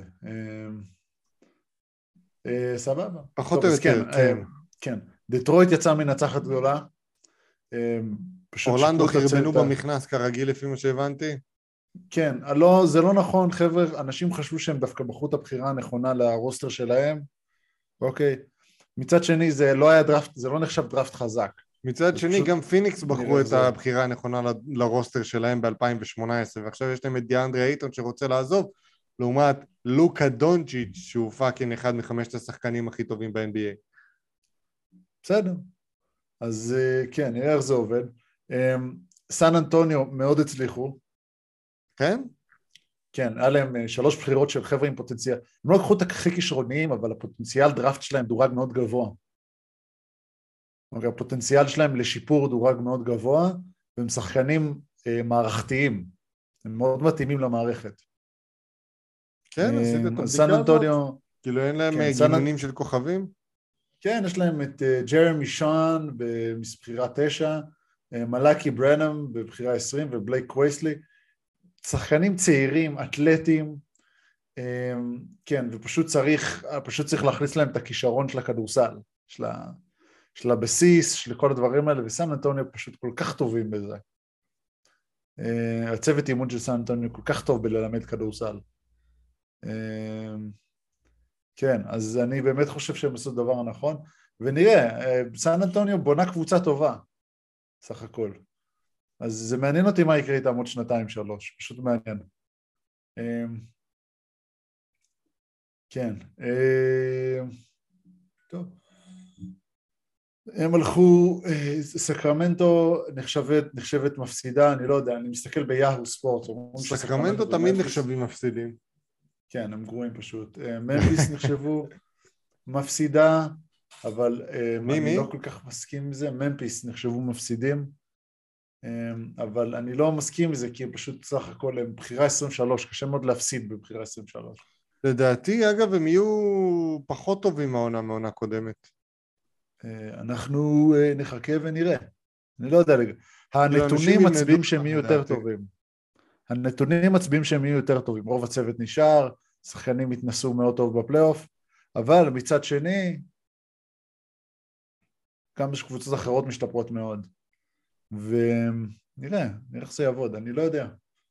סבבה. פחות או יותר, כן. כן. דטרויט יצאה מנצחת גדולה. אורלנדו חרבנו במכנס כרגיל לפי מה שהבנתי. כן, זה לא נכון, חבר'ה, אנשים חשבו שהם דווקא בחרו את הבחירה הנכונה לרוסטר שלהם. אוקיי. מצד שני, זה לא היה דראפט, זה לא נחשב דראפט חזק. מצד שני, גם פיניקס בחרו את הבחירה הנכונה לרוסטר שלהם ב-2018, ועכשיו יש להם את דיאנדרי אייטון שרוצה לעזוב, לעומת לוקה דונצ'יץ' שהוא פאקינג אחד מחמשת השחקנים הכי טובים ב-NBA. בסדר. אז כן, נראה איך זה עובד. סן אנטוניו מאוד הצליחו. כן? כן, היה להם 3 בחירות של חבר'ה עם פוטנציאל. הם לא לקחו את הכי כישרוניים, אבל הפוטנציאל דראפט שלהם דורג מאוד גבוה. הפוטנציאל שלהם לשיפור דורג מאוד גבוה, והם שחקנים מערכתיים. הם מאוד מתאימים למערכת. כן, עשית את הבדיקה סן אנטוניו... כאילו אין להם גימונים של כוכבים? כן, יש להם את ג'רמי שון בבחירה 9, מלאקי ברנם בבחירה 20 ובלייק קווייסלי. שחקנים צעירים, אתלטים, כן, ופשוט צריך להכניס להם את הכישרון של הכדורסל, של הבסיס, של כל הדברים האלה, וסן אנטוניו פשוט כל כך טובים בזה. הצוות אימון של סן אנטוניו כל כך טוב בללמד כדורסל. כן, אז אני באמת חושב שהם עשו דבר הנכון, ונראה, סן אנטוניו בונה קבוצה טובה, סך הכל. אז זה מעניין אותי מה יקרה איתם עוד 2-3, פשוט מעניין. כן, טוב. הם הלכו, סקרמנטו נחשבת מפסידה, אני לא יודע, אני מסתכל ביאהו ספורט. סקרמנטו תמיד נחשבים מפסידים. כן, הם גרועים פשוט. ממפיס נחשבו מפסידה, אבל אני לא כל כך מסכים עם זה. ממפיס נחשבו מפסידים, אבל אני לא מסכים עם זה, כי פשוט סך הכל הם בחירה 23, קשה מאוד להפסיד בבחירה 23. לדעתי, אגב, הם יהיו פחות טובים מהעונה קודמת. אנחנו נחכה ונראה. אני לא יודע, הנתונים מצביעים שהם יהיו יותר טובים. הנתונים מצביעים שהם יהיו יותר טובים. רוב הצוות נשאר, שחקנים התנסו מאוד טוב בפלייאוף, אבל מצד שני, גם יש קבוצות אחרות משתפרות מאוד. ונראה איך זה יעבוד, אני לא יודע.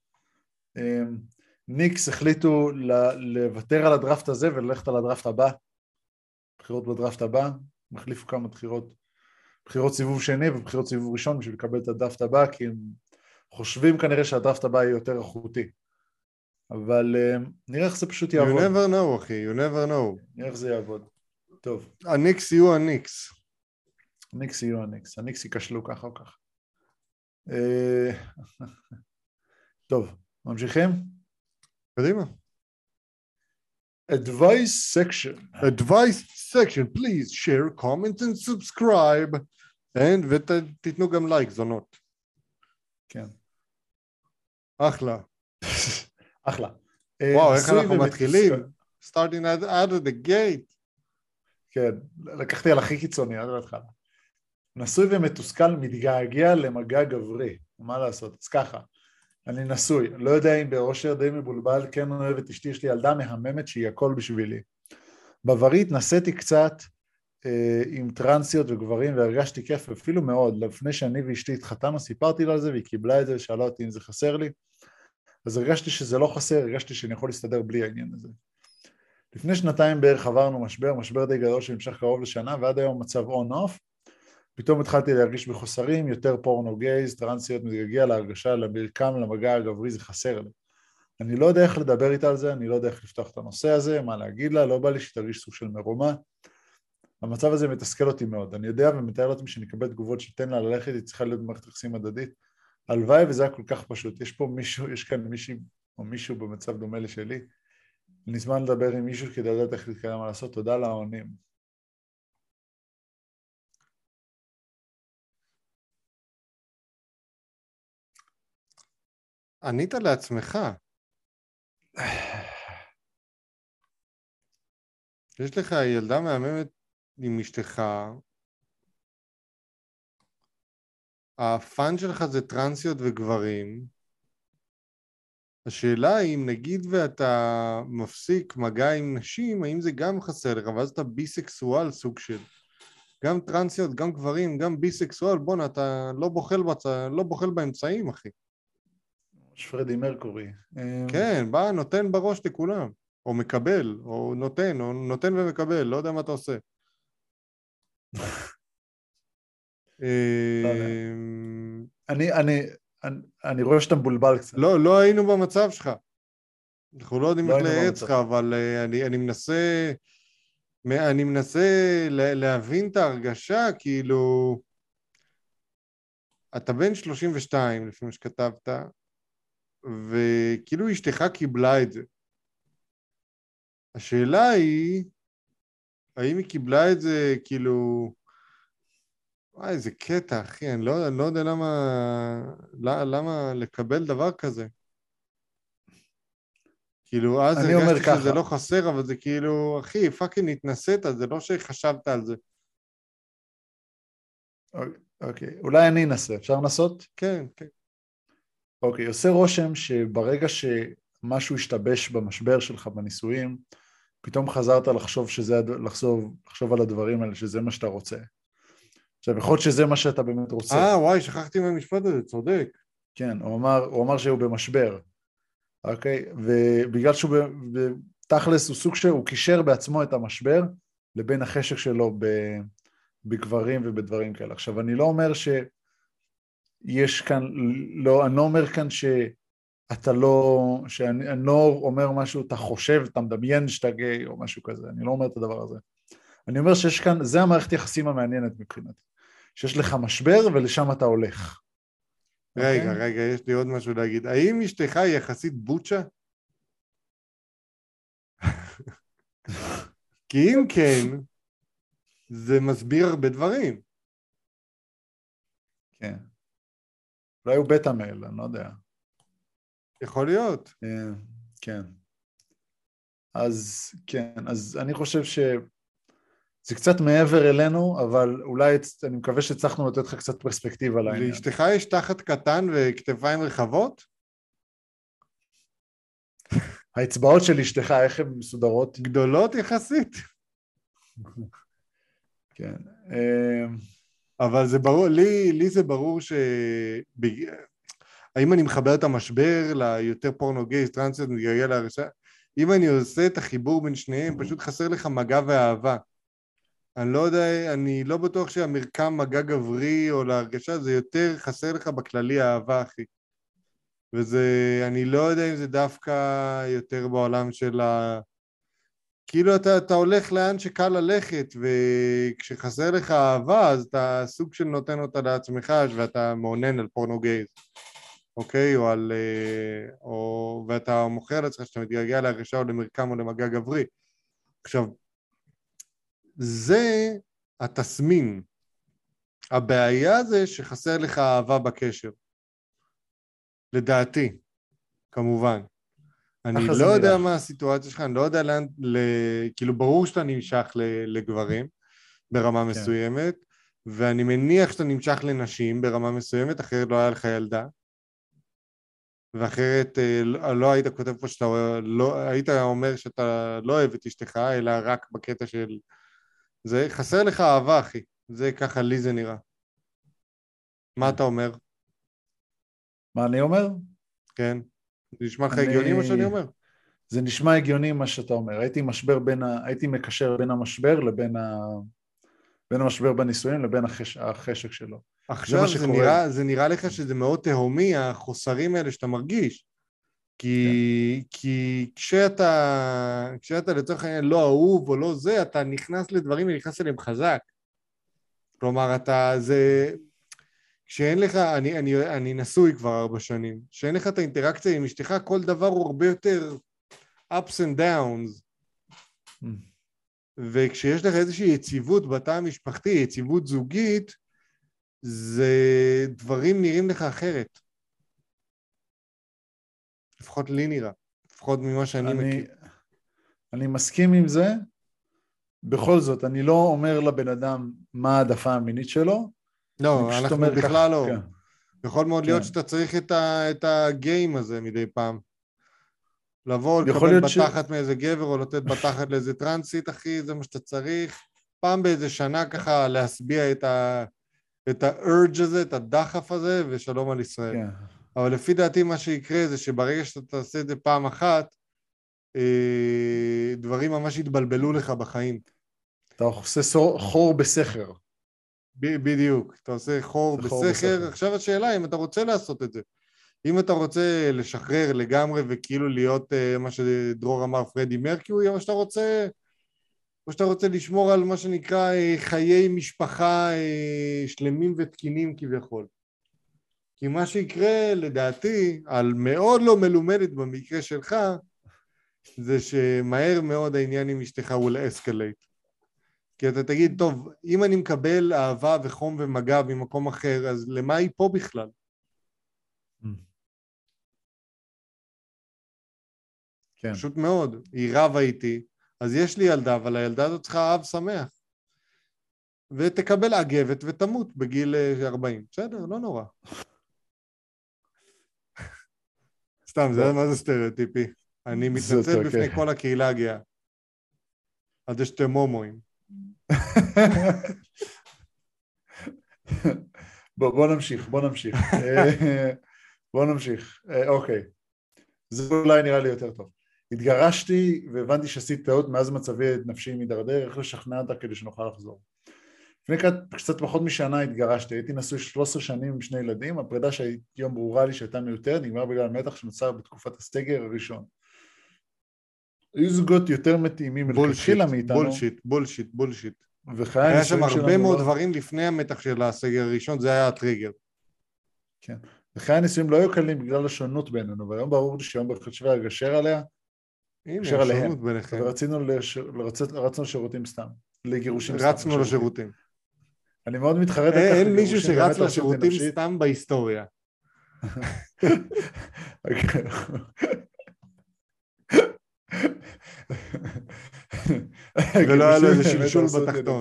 ניקס החליטו לוותר על הדראפט הזה וללכת על הדראפט הבא, בחירות בדראפט הבא, מחליפו כמה בחירות סיבוב שני ובחירות סיבוב ראשון בשביל לקבל את הדראפט הבא, כי הם חושבים כנראה שהדראפט הבא יהיה יותר איכותי. אבל נראה איך זה פשוט יעבוד. You never know, אחי, you never know. נראה איך זה יעבוד. טוב. הניקס יהיו הניקס. הניקס יהיו הניקס. הניקס ייכשלו ככה או ככה. טוב, ממשיכים? קדימה. Advice section, please share, comment and subscribe. ותיתנו גם לייק, זונות. כן. אחלה. אחלה. וואו, איך אנחנו מתחילים? Starting out of the gate. כן, לקחתי על הכי קיצוני, עד להתחלה. נשוי ומתוסכל מתגעגע למגע גברי. מה לעשות? אז ככה. אני נשוי, לא יודע אם באושר די מבולבל, כן אוהב את אשתי, יש לי ילדה מהממת שהיא הכל בשבילי. בעברי התנסיתי קצת עם טרנסיות וגברים והרגשתי כיף אפילו מאוד, לפני שאני ואשתי התחתנו סיפרתי לה על זה והיא קיבלה את זה ושאלה אותי אם זה חסר לי, אז הרגשתי שזה לא חסר, הרגשתי שאני יכול להסתדר בלי העניין הזה. לפני שנתיים בערך עברנו משבר די גדול שנמשך קרוב לשנה ועד היום מצב on-off, פתאום התחלתי להרגיש בחוסרים, יותר פורנו גייז, טרנסיות מתגעגע להרגשה, למרקם, למגע הגברי, זה חסר לי. אני לא יודע איך לדבר איתה על זה, אני לא יודע איך לפתוח את הנושא הזה, מה להגיד לה, לא בא לי שתרגיש סוג של מרומה. המצב הזה מתסכל אותי מאוד, אני יודע ומתאר לעצמי שנקבל תגובות שתן לה ללכת, היא צריכה להיות במערכת יחסים הדדית. הלוואי וזה היה כל כך פשוט, יש כאן מישהי או מישהו במצב דומה לשלי, אני זמן לדבר עם מישהו כדי לדעת איך להתקדם מה לעשות, תודה לעונים. ענית לעצמך. יש לך ילדה מהממת עם אשתך, הפאן שלך זה טרנסיות וגברים, השאלה היא אם נגיד ואתה מפסיק מגע עם נשים, האם זה גם חסר לך, ואז אתה ביסקסואל סוג של, גם טרנסיות, גם גברים, גם ביסקסואל, בוא, אתה לא בוחל באמצעים, אחי. פרדי מרקורי. כן, בא, נותן בראש לכולם, או מקבל, או נותן ומקבל, לא יודע מה אתה עושה. אני רואה שאתה מבולבל קצת. לא היינו במצב שלך. אנחנו לא יודעים איך לייעץ לך, אבל אני מנסה להבין את ההרגשה, כאילו, אתה בן 32 לפי מה שכתבת, וכאילו אשתך קיבלה את זה. השאלה היא, האם היא קיבלה את זה כאילו, איזה קטע אחי, אני לא יודע למה לקבל דבר כזה. כאילו אז הרגשתי שזה לא חסר, אבל זה כאילו, אחי, פאקינג התנסית, זה לא שחשבת על זה. אוקיי, אולי אני אנסה, אפשר לנסות? כן, כן. אוקיי, עושה רושם שברגע שמשהו השתבש במשבר שלך בנישואים, פתאום חזרת לחשוב על הדברים האלה, שזה מה שאתה רוצה. עכשיו, יכול להיות שזה מה שאתה באמת רוצה. וואי, שכחתי מהמשפט הזה, צודק. כן, הוא אמר שהוא במשבר. אוקיי? ובגלל שהוא תכלס, הוא סוג שהוא קישר בעצמו את המשבר, לבין החשק שלו בגברים ובדברים כאלה. עכשיו, אני לא אומר שיש כאן, אני לא אומר כאן שאני לא אומר משהו, אתה חושב, אתה מדמיין שאתה גיי או משהו כזה, אני לא אומר את הדבר הזה. אני אומר שיש כאן, זה המערכת יחסים המעניינת מבחינתי, שיש לך משבר ולשם אתה הולך. רגע, יש לי עוד משהו להגיד. האם אשתך היא יחסית בוצ'ה? כי אם כן, זה מסביר הרבה דברים. כן. אולי הוא בטא מייל, אני לא יודע. יכול להיות. כן. אז כן, אז אני חושב שזה קצת מעבר אלינו, אבל אולי אני מקווה שהצלחנו לתת לך קצת פרספקטיבה על העניין. לאשתך יש תחת קטן וכתפיים רחבות? האצבעות של אשתך, איך הן מסודרות? גדולות יחסית. כן. אבל זה ברור, לי זה ברור האם אני מחבר את המשבר ליותר פורנו גייז, טרנסיות, מתגעגע להרגשה, אם אני עושה את החיבור בין שניהם, פשוט חסר לך מגע ואהבה. אני לא יודע, אני לא בטוח שהמרקם מגע גברי או להרגשה, זה יותר חסר לך בכללי האהבה, אחי. וזה, אני לא יודע אם זה דווקא יותר בעולם של כאילו אתה הולך לאן שקל ללכת, וכשחסר לך אהבה, אז אתה סוג של נותן אותה לעצמך, ואתה מעונן על פורנו גייז, אוקיי? ואתה מוכר לעצמך שאתה מתגעגע להרגשה או למרקם או למגע גברי. עכשיו, זה התסמין. הבעיה זה שחסר לך אהבה בקשר. לדעתי, כמובן. אני לא יודע מה הסיטואציה שלך, אני לא יודע לאן, כאילו ברור שאתה נמשך לגברים ברמה מסוימת, ואני מניח שאתה נמשך לנשים ברמה מסוימת, אחרת לא היה לך ילדה, ואחרת לא היית כותב פה שאתה, היית אומר שאתה לא אוהב את אשתך, אלא רק בקטע של זה, חסר לך אהבה, אחי, זה ככה לי זה נראה. מה אתה אומר? מה אני אומר? כן. זה נשמע לך הגיוני מה שאני אומר? זה נשמע הגיוני מה שאתה אומר. הייתי מקשר בין המשבר בין המשבר בנישואים לבין החשק שלו. עכשיו זה נראה לך שזה מאוד תהומי, החוסרים האלה שאתה מרגיש. כי כשאתה לצורך העניין לא אהוב או לא זה, אתה נכנס לדברים ונכנס אליהם חזק. כלומר, כשאין לך, אני נשוי כבר 4 שנים, כשאין לך את האינטראקציה עם אשתך, כל דבר הוא הרבה יותר ups and downs, וכשיש לך איזושהי יציבות בתא המשפחתי, יציבות זוגית, זה דברים נראים לך אחרת. לפחות לי נראה, לפחות ממה שאני מכיר. אני מסכים עם זה, בכל זאת, אני לא אומר לבן אדם מה העדפה המינית שלו, לא, אנחנו בכלל לא. יכול מאוד להיות שאתה צריך את הגיים הזה מדי פעם. לבוא, לקבל בתחת מאיזה גבר, או לתת בתחת לאיזה טרנסית, אחי, זה מה שאתה צריך. פעם באיזה שנה ככה להסביע את ה-urge הזה, את הדחף הזה, ושלום על ישראל. אבל לפי דעתי מה שיקרה זה שברגע שאתה תעשה את זה פעם אחת, דברים ממש יתבלבלו לך בחיים. אתה עושה חור בסכר. בדיוק, אתה עושה חור בסכר. עכשיו השאלה אם אתה רוצה לעשות את זה. אם אתה רוצה לשחרר לגמרי וכאילו להיות מה שדרור אמר פרדי מרקיורי, או שאתה רוצה לשמור על מה שנקרא חיי משפחה שלמים ותקינים כביכול. כי מה שיקרה לדעתי, על מאוד לא מלומדת במקרה שלך, זה שמהר מאוד העניין עם אשתך הוא לאסקלייט. כי אתה תגיד, טוב, אם אני מקבל אהבה וחום ומגע במקום אחר, אז למה היא פה בכלל? כן. פשוט מאוד, היא רבה איתי, אז יש לי ילדה, אבל הילדה הזאת צריכה אב שמח. ותקבל אגבת ותמות בגיל 40. בסדר, לא נורא. סתם, זה מה זה סטריאוטיפי. אני מתנצל בפני כל הקהילה הגאה. אז יש שתי מומואים. בוא נמשיך. אוקיי. זה אולי נראה לי יותר טוב. התגרשתי והבנתי שעשיתי טעות, מאז מצבי נפשי מדרדר, איך לשכנע אותה כדי שנוכל לחזור. לפני קצת פחות משנה התגרשתי, הייתי נשוי 13 שנים עם 2 ילדים, הפרידה שהיום ברורה לי שהייתה מיותרת, נגמר בגלל מתח שנוצר בתקופת הסגר הראשון. היו זוגות יותר מתאימים מלכתחילה מאיתנו. בולשיט. היה שם הרבה מאוד דברים לפני המתח של הסגר הראשון, זה היה הטריגר. כן. וחיי הנישואים לא היו קלים בגלל השונות בינינו, והיום ברור לי שהיום בחשבי לגשר עליה, לגשר עליהם, רצנו לשירותים סתם, לגירושים סתם. רצנו לשירותים. אני מאוד מתחרט. אין מישהו שרץ לשירותים סתם בהיסטוריה. ולא היה לו איזה שלשול בתחתון.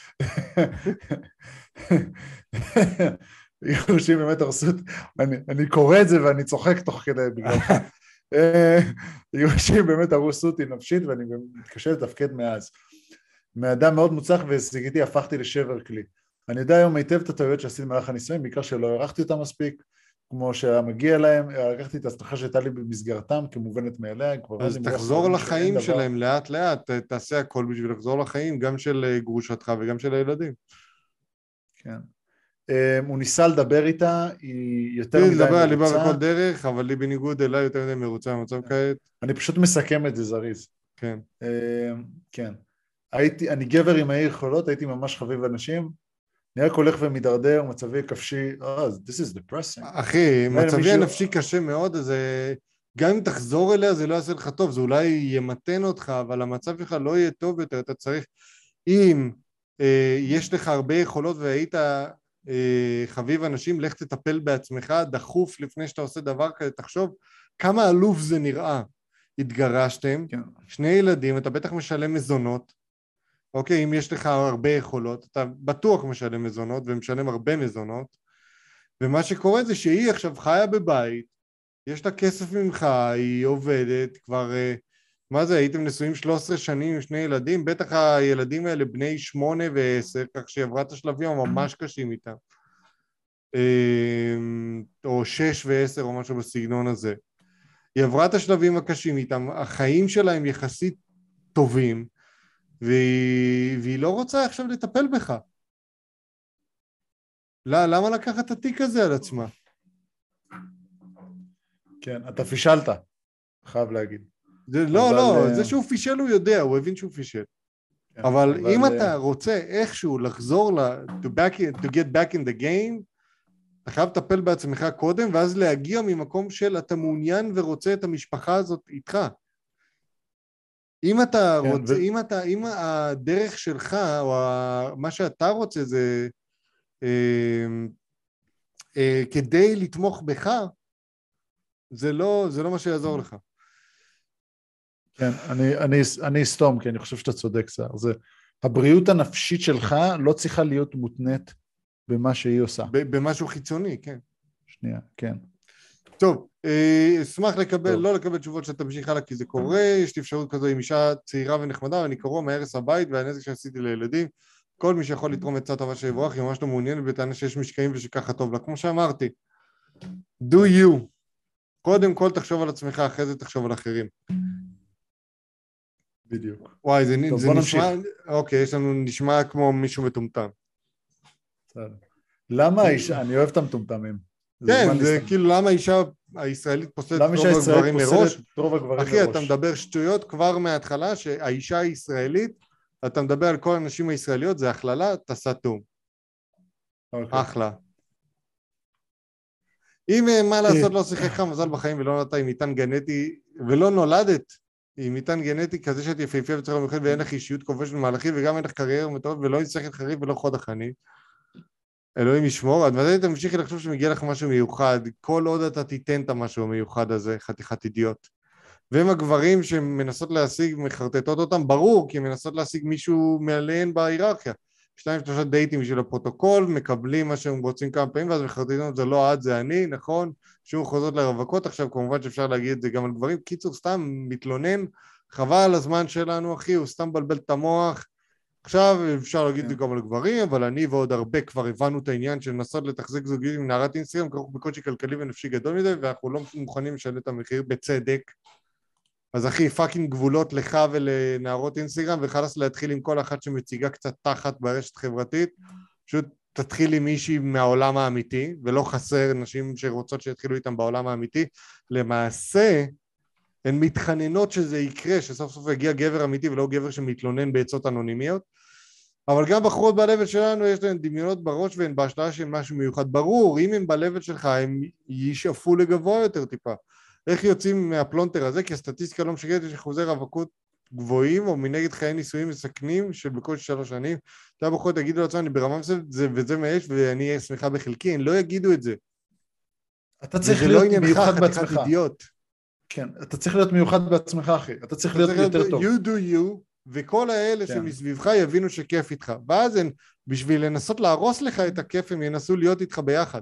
גירושים באמת הרסות, אני קורא את זה ואני צוחק תוך כדי בגללך. גירושים באמת הרסו אותי נפשית ואני מתקשה לתפקד מאז. מאדם מאוד מוצלח והישגיתי הפכתי לשבר כלי. אני יודע היום היטב את הטעויות שעשיתי במהלך הנישואים, בעיקר שלא הערכתי אותם מספיק, כמו שמגיע להם, לקחתי את ההצלחה שהייתה לי במסגרתם כמובנת מאליה. אז תחזור לחיים שלהם לאט לאט, תעשה הכל בשביל לחזור לחיים, גם של גרושתך וגם של הילדים. כן. הוא ניסה לדבר איתה, היא יותר מדי מרוצה. לדבר על ליבה בכל דרך, אבל לי בניגוד אליי יותר מדי מרוצה במצב כעת. אני פשוט מסכם את זה זריז. כן. כן. אני גבר עם העיר יכולות, הייתי ממש חביב אנשים, אני רק הולך ומתדרדר, מצבי כפשי, this is depressing. אחי, מצבי הנפשי קשה מאוד, אז גם אם תחזור אליה, זה לא יעשה לך טוב, זה אולי ימתן אותך, אבל המצב שלך לא יהיה טוב יותר, אתה צריך, אם יש לך הרבה יכולות והיית חביב אנשים, לך תטפל בעצמך, דחוף לפני שאתה עושה דבר כזה, תחשוב כמה אלוף זה נראה. התגרשתם, כן. 2 ילדים, אתה בטח משלם מזונות, אוקיי, אם יש לך הרבה יכולות, אתה בטוח משלם מזונות ומשלם הרבה מזונות, ומה שקורה זה שהיא עכשיו חיה בבית, יש לה כסף ממך, היא עובדת, כבר, מה זה, הייתם נשואים 13 שנים עם 2 ילדים, בטח הילדים האלה בני 8 ו10, כך שהיא עברה את השלבים ממש קשים איתם, או 6 ו10 או משהו בסגנון הזה. היא עברה את השלבים הקשים איתם, החיים שלה הם יחסית טובים, והיא לא רוצה עכשיו לטפל בך. למה לקחת את התיק הזה על עצמה? כן, אתה פישלת, חייב להגיד. לא, זה שהוא פישל הוא יודע, הוא הבין שהוא פישל. אבל אם אתה רוצה איכשהו לחזור to get back in the game, אתה חייב לטפל בעצמך קודם, ואז להגיע ממקום של אתה מעוניין ורוצה את המשפחה הזאת איתך. אם אתה רוצה, אם הדרך שלך, או מה שאתה רוצה זה כדי לתמוך בך, זה לא מה שיעזור לך. כן, אני אסתום, כי אני חושב שאתה צודק, סער. הבריאות הנפשית שלך לא צריכה להיות מותנית במה שהיא עושה. במשהו חיצוני, כן. שנייה, כן. טוב, אשמח לא לקבל תשובות שאתה תמשיך הלאה, כי זה קורה, יש לי אפשרות כזו עם אישה צעירה ונחמדה, ואני קורא מהרס הבית והנזק שעשיתי לילדים, כל מי שיכול לתרום עצה טובה שיבורך, היא ממש לא מעוניינת בטענה שיש משקעים ושככה טוב לה, כמו שאמרתי, do you, קודם כל תחשוב על עצמך, אחרי זה תחשוב על אחרים. בדיוק. וואי, זה נשמע, אוקיי, יש לנו נשמע כמו מישהו מטומטם. למה האישה, אני אוהב את המטומטמים. כן, זה כאילו למה האישה הישראלית פוסלת רוב הגברים מראש. אחי, אתה מדבר שטויות כבר מההתחלה, שהאישה הישראלית, אתה מדבר על כל הנשים הישראליות, זה הכללה, אתה סתום. אחלה. אם מה לעשות לא שיחק לך מזל בחיים ולא נולדת עם מטען גנטי, ולא נולדת עם מטען גנטי כזה שאת יפהפייה בצורה מיוחדת ואין לך אישיות כובשת במהלכים וגם אין לך קריירה מטורפת ולא נצטרך חריף ולא חוד החנית, אלוהים ישמור, עד מתי אתה ממשיכי לחשוב שמגיע לך משהו מיוחד, כל עוד אתה תיתן את המשהו המיוחד הזה, חתיכת אידיוט. והם הגברים שמנסות להשיג, מחרטטות אותם, ברור, כי הם מנסות להשיג מישהו מעליהן בהיררכיה. 2-3 דייטים בשביל הפרוטוקול, מקבלים מה שהם רוצים כמה פעמים, ואז מחרטטות, זה לא את, זה אני, נכון? שוב חוזרות לרווקות, עכשיו כמובן שאפשר להגיד את זה גם על גברים, קיצור סתם מתלונן, חבל על הזמן שלנו, אחי, הוא סתם בלבל את המוח, עכשיו אפשר להגיד את זה גם על גברים, אבל אני ועוד הרבה כבר הבנו את העניין של לנסות לתחזק זוגיות עם נערת אינסטגרם, כרוך בקושי כלכלי ונפשי גדול מדי, ואנחנו לא מוכנים לשלם את המחיר בצדק. אז אחי, פאקינג גבולות לך ולנערות אינסטגרם, וחלס להתחיל עם כל אחת שמציגה קצת תחת ברשת חברתית, פשוט תתחיל עם מישהי מהעולם האמיתי, ולא חסר נשים שרוצות שיתחילו איתם בעולם האמיתי. למעשה, הן מתחננות שזה יקרה, שסוף סוף יגיע גבר אמיתי ולא גבר שמתלונן בעצות אנונימיות, אבל גם בחורות בלבל שלנו יש להן דמיונות בראש והן בהשלאה של משהו מיוחד. ברור, אם הם בלבל שלך הם ישאפו לגבוה יותר טיפה. איך יוצאים מהפלונטר הזה? כי הסטטיסטיקה לא משקרת, יש אחוזי רווקות גבוהים או מנגד חיי נישואים מסכנים של בקושי 3 שנים. אתה בחורות תגידו לעצמם, אני ברמה מסוימת וזה מה יש ואני אהיה שמחה בחלקי, הם לא יגידו את זה. אתה צריך להיות מיוחד בעצמך. כן, אתה צריך להיות מיוחד בעצמך, אחי. אתה צריך להיות יותר טוב. You do you, וכל האלה שמסביבך יבינו שכיף איתך. ואז הם, בשביל לנסות להרוס לך את הכיף, הם ינסו להיות איתך ביחד.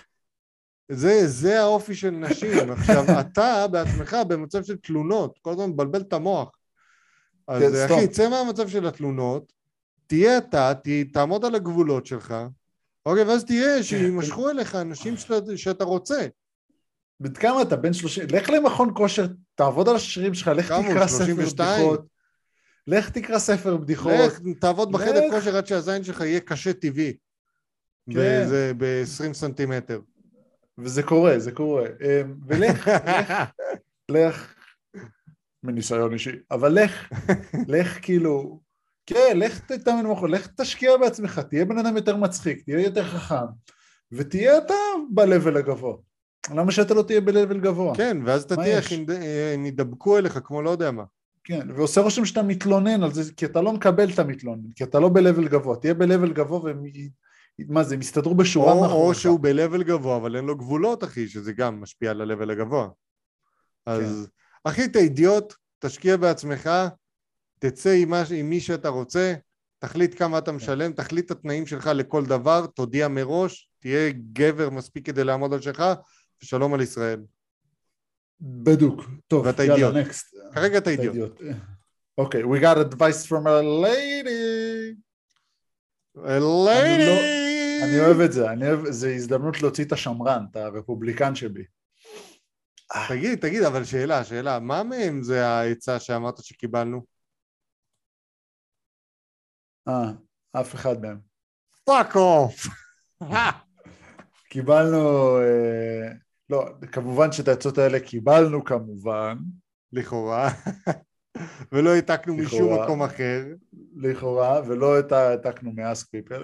זה האופי של נשים. עכשיו, אתה בעצמך במצב של תלונות, כל הזמן מבלבל את המוח. אז אחי, צא מהמצב של התלונות, תהיה אתה, תעמוד על הגבולות שלך, אוקיי, ואז תהיה שימשכו אליך אנשים שאתה רוצה. בת כמה אתה? בין 30? לך למכון כושר, תעבוד על השרירים שלך, לך תקרא ספר בדיחות. לך תקרא ספר בדיחות. לך תעבוד בחדר כושר עד שהזין שלך יהיה קשה טבעי. וזה ב-20 סנטימטר. וזה קורה, זה קורה. ולך, לך. מניסיון אישי, אבל לך כאילו, כן, לך תשקיע בעצמך, תהיה בן אדם יותר מצחיק, תהיה יותר חכם, ותהיה אתה בלבל הגבוה. למה שאתה לא תהיה בלבל גבוה? כן, ואז אתה תהיה, הם ידבקו אליך כמו לא יודע מה. כן, ועושה רושם שאתה מתלונן על זה, כי אתה לא מקבל את המתלונן, כי אתה לא בלבל גבוה, תהיה בלבל גבוה מה זה, הם יסתדרו בשורה מאחוריך. או שהוא בלבל גבוה, אבל אין לו גבולות, אחי, שזה גם משפיע על הלבל הגבוה. אז, אחי, אתה אידיוט, תשקיע בעצמך, תצא עם מי שאתה רוצה, תחליט כמה אתה משלם, תחליט את התנאים שלך לכל דבר, תודיע מראש, תהיה גבר מספיק כדי לעמוד על שלך, ושלום על ישראל. בדוק. טוב, יאללה, נקסט. כרגע אתה אידיוט. אוקיי, we got advice from a lady. A lady! אני אוהב את זה, זה הזדמנות להוציא את השמרן, את הרפובליקן שבי. תגיד, אבל שאלה, מה מהם זה העצה שאמרת שקיבלנו? אף אחד מהם. Fuck off! קיבלנו, לא, כמובן שאת העצות האלה קיבלנו כמובן. לכאורה. ולא העתקנו משום מקום אחר. לכאורה, ולא העתקנו מאסק פיפל.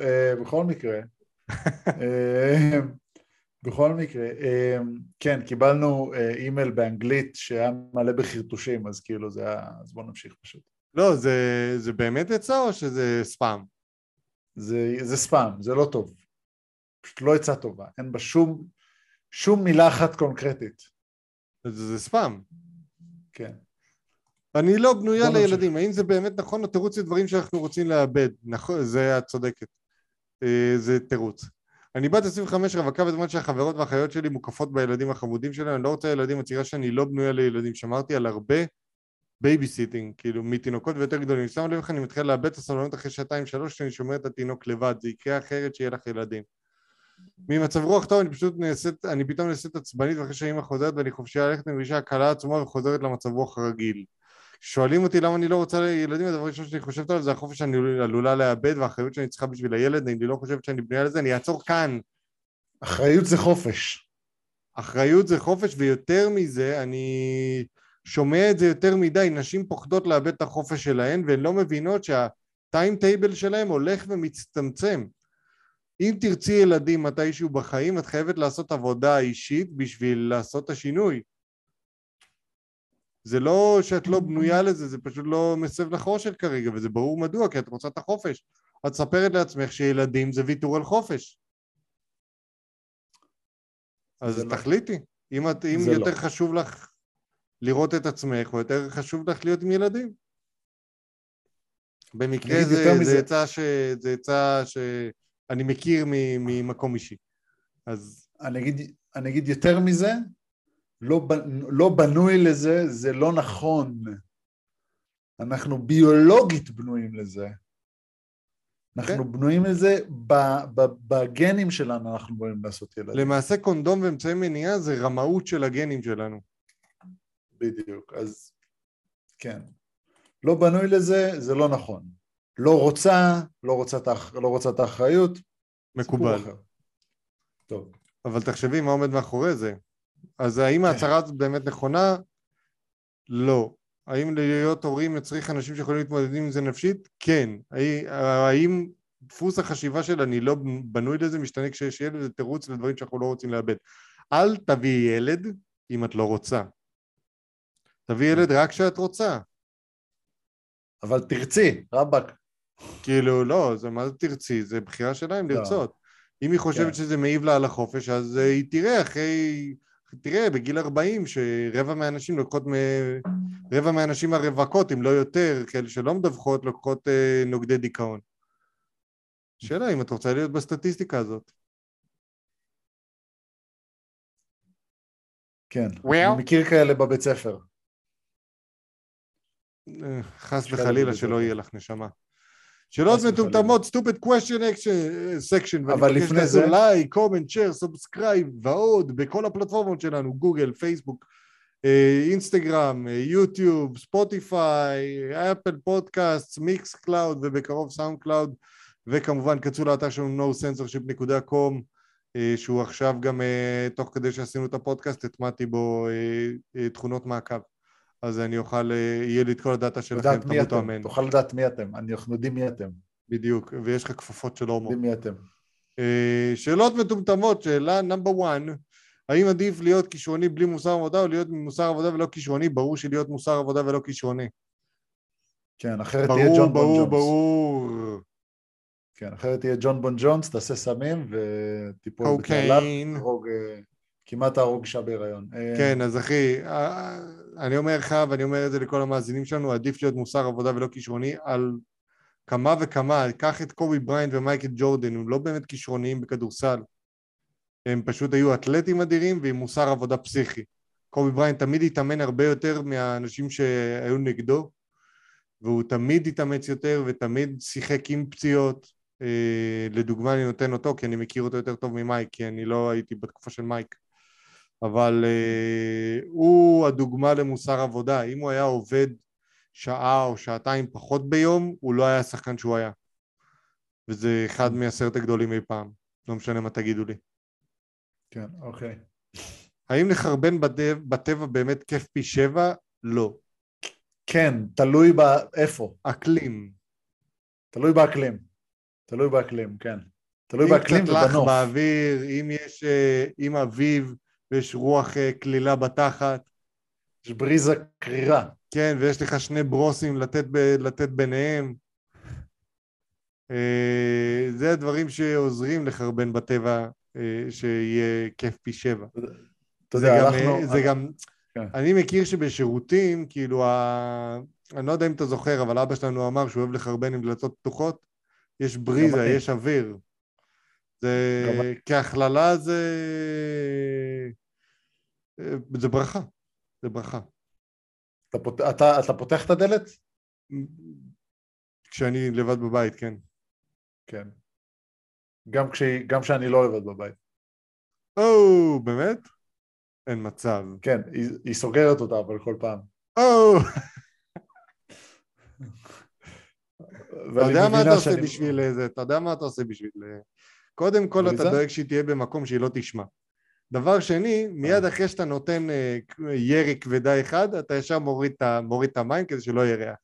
בכל מקרה, כן, קיבלנו אימייל באנגלית שהיה מלא בחרטושים, אז כאילו זה היה, אז בואו נמשיך פשוט. לא, זה באמת עצה או שזה ספאם? זה ספאם, זה לא טוב. פשוט לא עצה טובה, אין בה שום מילה אחת קונקרטית. זה ספאם. כן. אני לא בנויה לילדים, האם זה באמת נכון או תירוץ לדברים שאנחנו רוצים לאבד? נכון, זה את צודקת. זה תירוץ. אני בת 25 רווקה בזמן שהחברות והחיות שלי מוקפות בילדים החמודים שלהם, אני לא רוצה ילדים, הצעירה שאני לא בנויה לילדים, שמרתי על הרבה בייביסיטינג, כאילו מתינוקות ויותר גדולים, שם לב איך אני מתחיל לאבד את הסבלנות אחרי 2-3 שאני שומר את התינוק לבד, זה יקרה אחרת שיהיה לך ילדים. ממצב רוח טוב אני פתאום נעשית עצבנית ואחרי שהאמא חוזרת ואני חופשייה ללכת מרגישה הקלה עצמה וחוזרת למצב רוח הרגיל. שואלים אותי למה אני לא רוצה לילדים, הדבר ראשון שאני חושבת עליו זה החופש שאני עלולה לאבד והאחריות שאני צריכה בשביל הילד, אני לא חושבת שאני בנויה לזה, אני אעצור כאן. אחריות זה חופש. אחריות זה חופש, ויותר מזה, אני שומע את זה יותר מדי, נשים פוחדות לאבד את החופש שלהן, והן לא מבינות שהטיימטייבל שלהן הולך ומצטמצם. אם תרצי ילדים מתישהו בחיים, את חייבת לעשות עבודה אישית בשביל לעשות את השינוי. זה לא שאת לא בנויה לזה, זה פשוט לא מסב לך אושר כרגע, וזה ברור מדוע, כי את רוצה את החופש. את ספרת לעצמך שילדים זה ויתור על חופש. אז תחליטי. אם יותר חשוב לך לראות את עצמך, או יותר חשוב לך להיות עם ילדים. במקרה זה עצה שאני מכיר ממקום אישי. אז אני אגיד יותר מזה, לא בנוי לזה, זה לא נכון. אנחנו ביולוגית בנויים לזה. אנחנו בנויים לזה, בגנים שלנו אנחנו בנויים לעשות ילדים. למעשה קונדום ואמצעי מניעה זה רמאות של הגנים שלנו. בדיוק, אז כן. לא בנוי לזה, זה לא נכון. לא רוצה את האחריות. מקובל. טוב. אבל תחשבי מה עומד מאחורי זה. אז האם ההצהרה הזאת באמת נכונה? לא. האם להיות הורים מצריך אנשים שיכולים להתמודד עם זה נפשית? כן. האם דפוס החשיבה של אני לא בנוי לזה משתנה כשיש ילד, זה תירוץ לדברים שאנחנו לא רוצים לאבד. אל תביא ילד אם את לא רוצה. תביא ילד רק כשאת רוצה. אבל תרצי, רבק. כאילו לא, זה מה זה תרצי? זה בחירה שלהם לרצות. אם היא חושבת שזה מעיב לה על החופש, אז היא תראה בגיל 40 שרבע מהנשים הרווקות, אם לא יותר, כאלה שלא מדווחות, לוקחות נוגדי דיכאון. שאלה, אם את רוצה להיות בסטטיסטיקה הזאת. כן, אני מכיר כאלה בבית ספר. חס וחלילה שלא יהיה לך נשמה. שאלות מטומטמות, stupid question section, אבל לפני זה, לייק, קומנט, שייר, סאבסקרייב ועוד בכל הפלטפורמות שלנו, גוגל, פייסבוק, אינסטגרם, יוטיוב, ספוטיפיי, אפל פודקאסט, מיקס קלאוד ובקרוב סאונד קלאוד, וכמובן כנסו לאתר שלנו nocensorship.com, שהוא עכשיו גם תוך כדי שעשינו את הפודקאסט, התמעתי בו תכונות מעקב. אז אני אוכל, יהיה לי את כל הדאטה שלכם, תמותו אמן. תוכל לדעת מי אתם, אנחנו יודעים מי אתם. בדיוק, ויש לך כפפות של הומו. יודעים מי אתם. שאלות מטומטמות, שאלה נאמבר 1, האם עדיף להיות כישרוני בלי מוסר עבודה, או להיות מוסר עבודה ולא כישרוני? ברור שלהיות מוסר עבודה ולא כישרוני. כן, אחרת תהיה ג'ון בון ג'ונס. ברור. כן, אחרת תהיה ג'ון בון ג'ונס, תעשה סמים וטיפול קוקאין. כמעט תהרוג אישה בהיריון. כן, אז אחי, אני אומר לך, ואני אומר את זה לכל המאזינים שלנו, עדיף להיות מוסר עבודה ולא כישרוני, על כמה וכמה, קח את קובי בריינט ומייקל ג'ורדן, הם לא באמת כישרוניים בכדורסל, הם פשוט היו אתלטים אדירים ועם מוסר עבודה פסיכי. קובי בריינט תמיד התאמן הרבה יותר מהאנשים שהיו נגדו, והוא תמיד התאמץ יותר ותמיד שיחק עם פציעות. לדוגמה אני נותן אותו כי אני מכיר אותו יותר טוב ממייק, כי אני לא הייתי בתקופה של מייק, אבל הוא הדוגמה למוסר עבודה. אם הוא היה עובד שעה או שעתיים פחות ביום, הוא לא היה השחקן שהוא היה, וזה אחד מהסרט הגדולים אי פעם, לא משנה מה תגידו לי. כן, אוקיי. האם לחרבן בטבע באמת כיף פי 7? לא. כן, תלוי באיפה. אקלים. תלוי באקלים, כן. תלוי באקלים ובנוף. אם קצת לח באוויר, אם אביב ויש רוח כלילה בתחת. יש בריזה קרירה. כן, ויש לך שני ברוסים לתת ביניהם. זה הדברים שעוזרים לחרבן בטבע, שיהיה כיף פי 7. זה גם, אני מכיר שבשירותים, כאילו, אני לא יודע אם אתה זוכר, אבל אבא שלנו אמר שהוא אוהב לחרבן עם דלתות פתוחות, יש בריזה, יש אוויר. כהכללה זה ברכה. זה ברכה. אתה פותח את הדלת? כשאני לבד בבית, כן. כן. גם כשאני לא לבד בבית. באמת? אין מצב. כן, היא סוגרת אותה, אבל כל פעם. אתה יודע מה אתה עושה בשביל זה? אתה יודע מה אתה עושה בשביל... קודם כל אתה דואג שהיא תהיה במקום שהיא לא תשמע. דבר שני, מיד אחרי שאתה נותן ירי כבדה אחד, אתה ישר מוריד את המים כדי שלא ירח.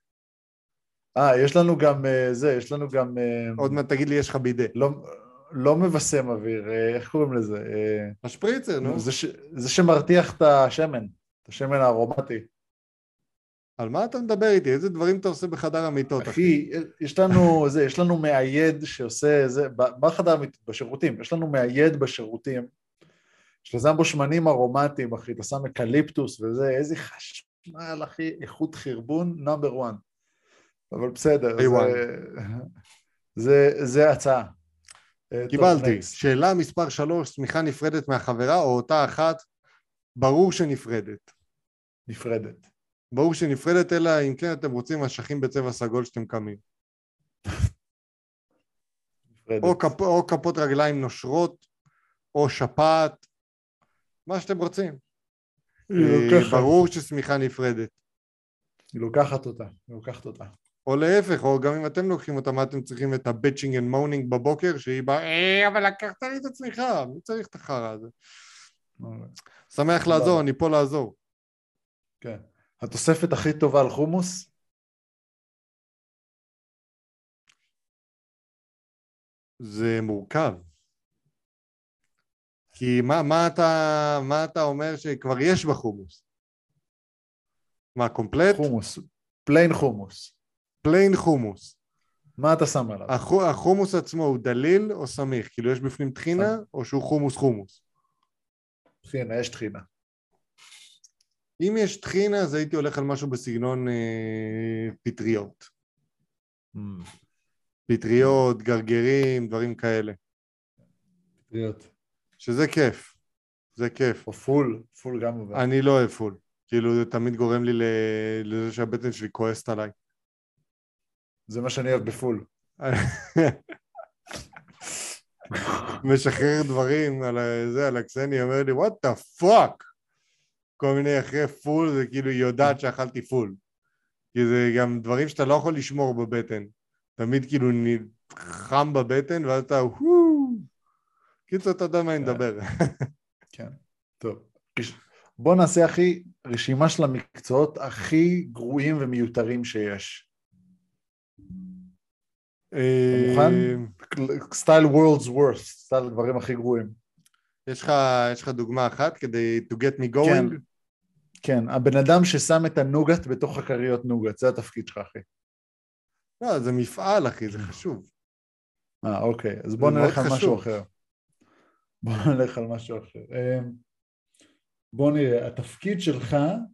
יש לנו גם יש לנו גם... עוד מעט תגיד לי, יש לך בידה. לא מבשם אוויר, איך קוראים לזה? השפריצר, נו. זה שמרתיח את השמן, את השמן הארומטי. על מה אתה מדבר איתי? איזה דברים אתה עושה בחדר המיטות, אחי? יש לנו מאייד שעושה, בחדר המיטות, בשירותים, יש לנו מאייד בשירותים, ששם בו שמנים ארומטיים, אחי, אתה שם אקליפטוס וזה, איזה חשמל, אחי, איכות חרבון, נאמבר 1. אבל בסדר, זה הצעה. קיבלתי. שאלה מספר 3, שמיכה נפרדת מהחברה, או אותה אחת? ברור שנפרדת. נפרדת. ברור שנפרדת, אלא אם כן אתם רוצים משכים בצבע סגול שאתם קמים. או כפות רגליים נושרות, או שפעת, מה שאתם רוצים. ברור ששמיכה נפרדת. היא לוקחת אותה. או להפך, או גם אם אתם לוקחים אותה, מה אתם צריכים את ה-bitching and moaning בבוקר, שהיא באה, אבל לקחת לי את הצמיחה, מי צריך את החרא הזה? שמח לעזור, אני פה לעזור. כן. התוספת הכי טובה על חומוס? זה מורכב. כי מה אתה אומר שכבר יש בחומוס? מה, קומפלט? חומוס, פליין חומוס. פליין חומוס. מה אתה שם עליו? החומוס עצמו הוא דליל או סמיך? כאילו יש בפנים טחינה או שהוא חומוס? טחינה, יש טחינה. אם יש טחינה אז הייתי הולך על משהו בסגנון פטריות. פטריות, גרגרים, דברים כאלה. פטריות. שזה כיף. זה כיף. או פול גם עובד. אני לא אוהב פול. כאילו זה תמיד גורם לי לזה שהבטן שלי כועסת עליי. זה מה שאני אוהב בפול. משחרר דברים על הקסני, אומר לי, what the fuck? כל מיני אחרי פול, זה כאילו יודעת שאכלתי פול. כי זה גם דברים שאתה לא יכול לשמור בבטן. תמיד כאילו חם בבטן, ואז אתה, קיצור, אתה יודע מה אני מדבר. כן, טוב. בוא נעשה, אחי, רשימה של המקצועות הכי גרועים ומיותרים שיש. מוכן? סטייל world's worst, סטייל הדברים הכי גרועים. יש לך דוגמה אחת כדי to get me going? כן, הבן אדם ששם את הנוגת בתוך הכריות נוגת, זה התפקיד שלך, אחי. לא, זה מפעל, אחי, זה חשוב. אוקיי, אז בוא נלך על משהו אחר. בוא נראה, התפקיד שלך...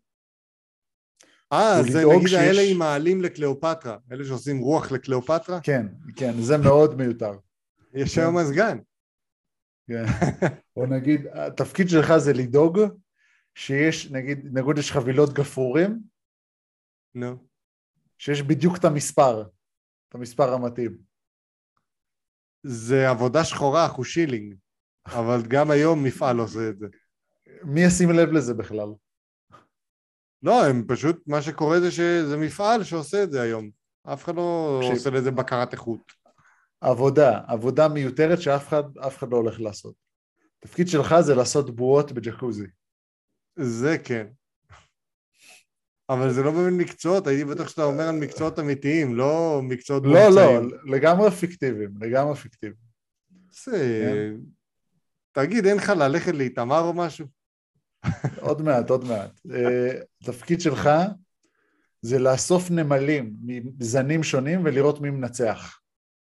זה נגיד האלה עם העלים לקליאופטרה, אלה שעושים רוח לקליאופטרה? כן, זה מאוד מיותר. יש שם מזגן. כן, או נגיד, התפקיד שלך זה לדאוג שיש, נגיד יש חבילות גפרורים, שיש בדיוק את המספר המתאים. זה עבודה שחורה, אחו שילינג, אבל גם היום מפעל עושה את זה. מי ישים לב לזה בכלל? לא, הם פשוט, מה שקורה זה שזה מפעל שעושה את זה היום. אף אחד לא עושה לזה בקרת איכות. עבודה מיותרת שאף אחד לא הולך לעשות. התפקיד שלך זה לעשות בועות בג'קוזי. זה כן. אבל זה לא באמת מקצועות, הייתי בטח שאתה אומר על מקצועות אמיתיים, לא מקצועות מומצאים. לא, לגמרי פיקטיביים. תגיד, אין לך ללכת להתאמר או משהו? עוד מעט. התפקיד שלך זה לאסוף נמלים מזנים שונים ולראות מי מנצח.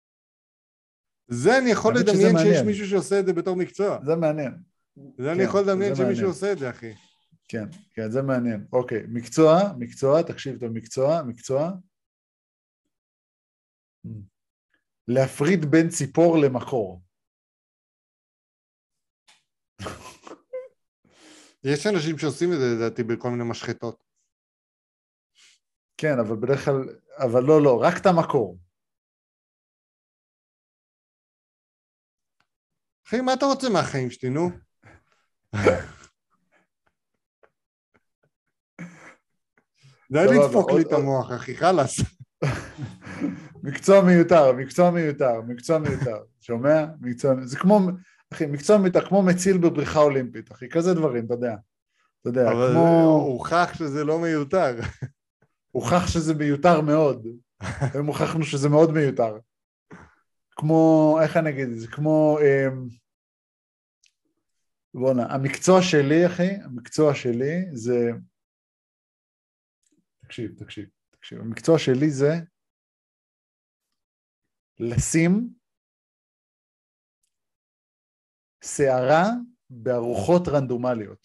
זה אני יכול לדמיין שיש מישהו שעושה את זה בתור מקצוע. זה מעניין. זה אני יכול לדמיין שמישהו עושה את זה, אחי. כן, זה מעניין. אוקיי, מקצוע, תקשיב טוב, מקצוע. להפריד בין ציפור למקור. יש אנשים שעושים את זה, לדעתי, בכל מיני משחטות. כן, אבל בדרך כלל, אבל לא, רק את המקור. אחי, מה אתה רוצה מהחיים שלי, נו? די לדפוק לי את המוח, אחי, חלאס. מקצוע מיותר. שומע? זה כמו, אחי, מקצוע מיותר, כמו מציל בבריכה אולימפית, אחי, כזה דברים, אתה יודע. אבל הוכח שזה לא מיותר. הוכח שזה מיותר מאוד. הם הוכחנו שזה מאוד מיותר. כמו, איך אני אגיד, זה כמו, המקצוע שלי זה, תקשיב, המקצוע שלי זה לשים שערה בארוחות רנדומליות.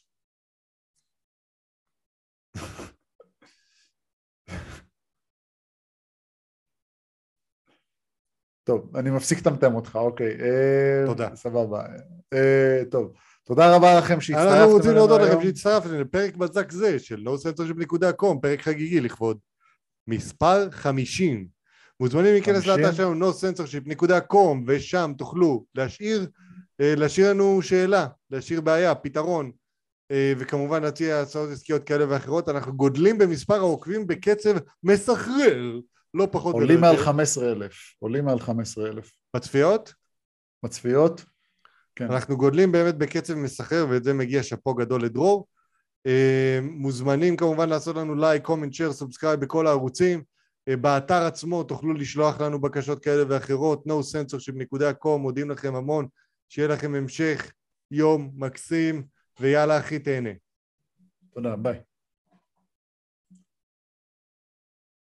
טוב, אני מפסיק לטמטם אותך, אוקיי. תודה. סבבה. טוב, תודה רבה לכם שהצטרפתם. אנחנו רוצים להודות לכם שהצטרפתם לפרק בזק זה של nocensorship.com, פרק חגיגי לכבוד מספר 50. מוזמנים להיכנס לאתר שלנו nocensorship.com, ושם תוכלו להשאיר לנו שאלה, להשאיר בעיה, פתרון, וכמובן להציע הצעות עסקיות כאלה ואחרות. אנחנו גודלים במספר העוקבים בקצב מסחרר, לא פחות ולא יותר. עולים מעל 15,000. בצפיות? כן. אנחנו גודלים באמת בקצב מסחרר, ואת זה מגיע שאפו גדול לדרור. מוזמנים כמובן לעשות לנו לייק, קומנט, שייר, סובסקרייב בכל הערוצים. באתר עצמו תוכלו לשלוח לנו בקשות כאלה ואחרות, nocensorship.com, מודים לכם המון, שיהיה לכם המשך יום מקסים, ויאללה אחי תהנה. תודה, ביי.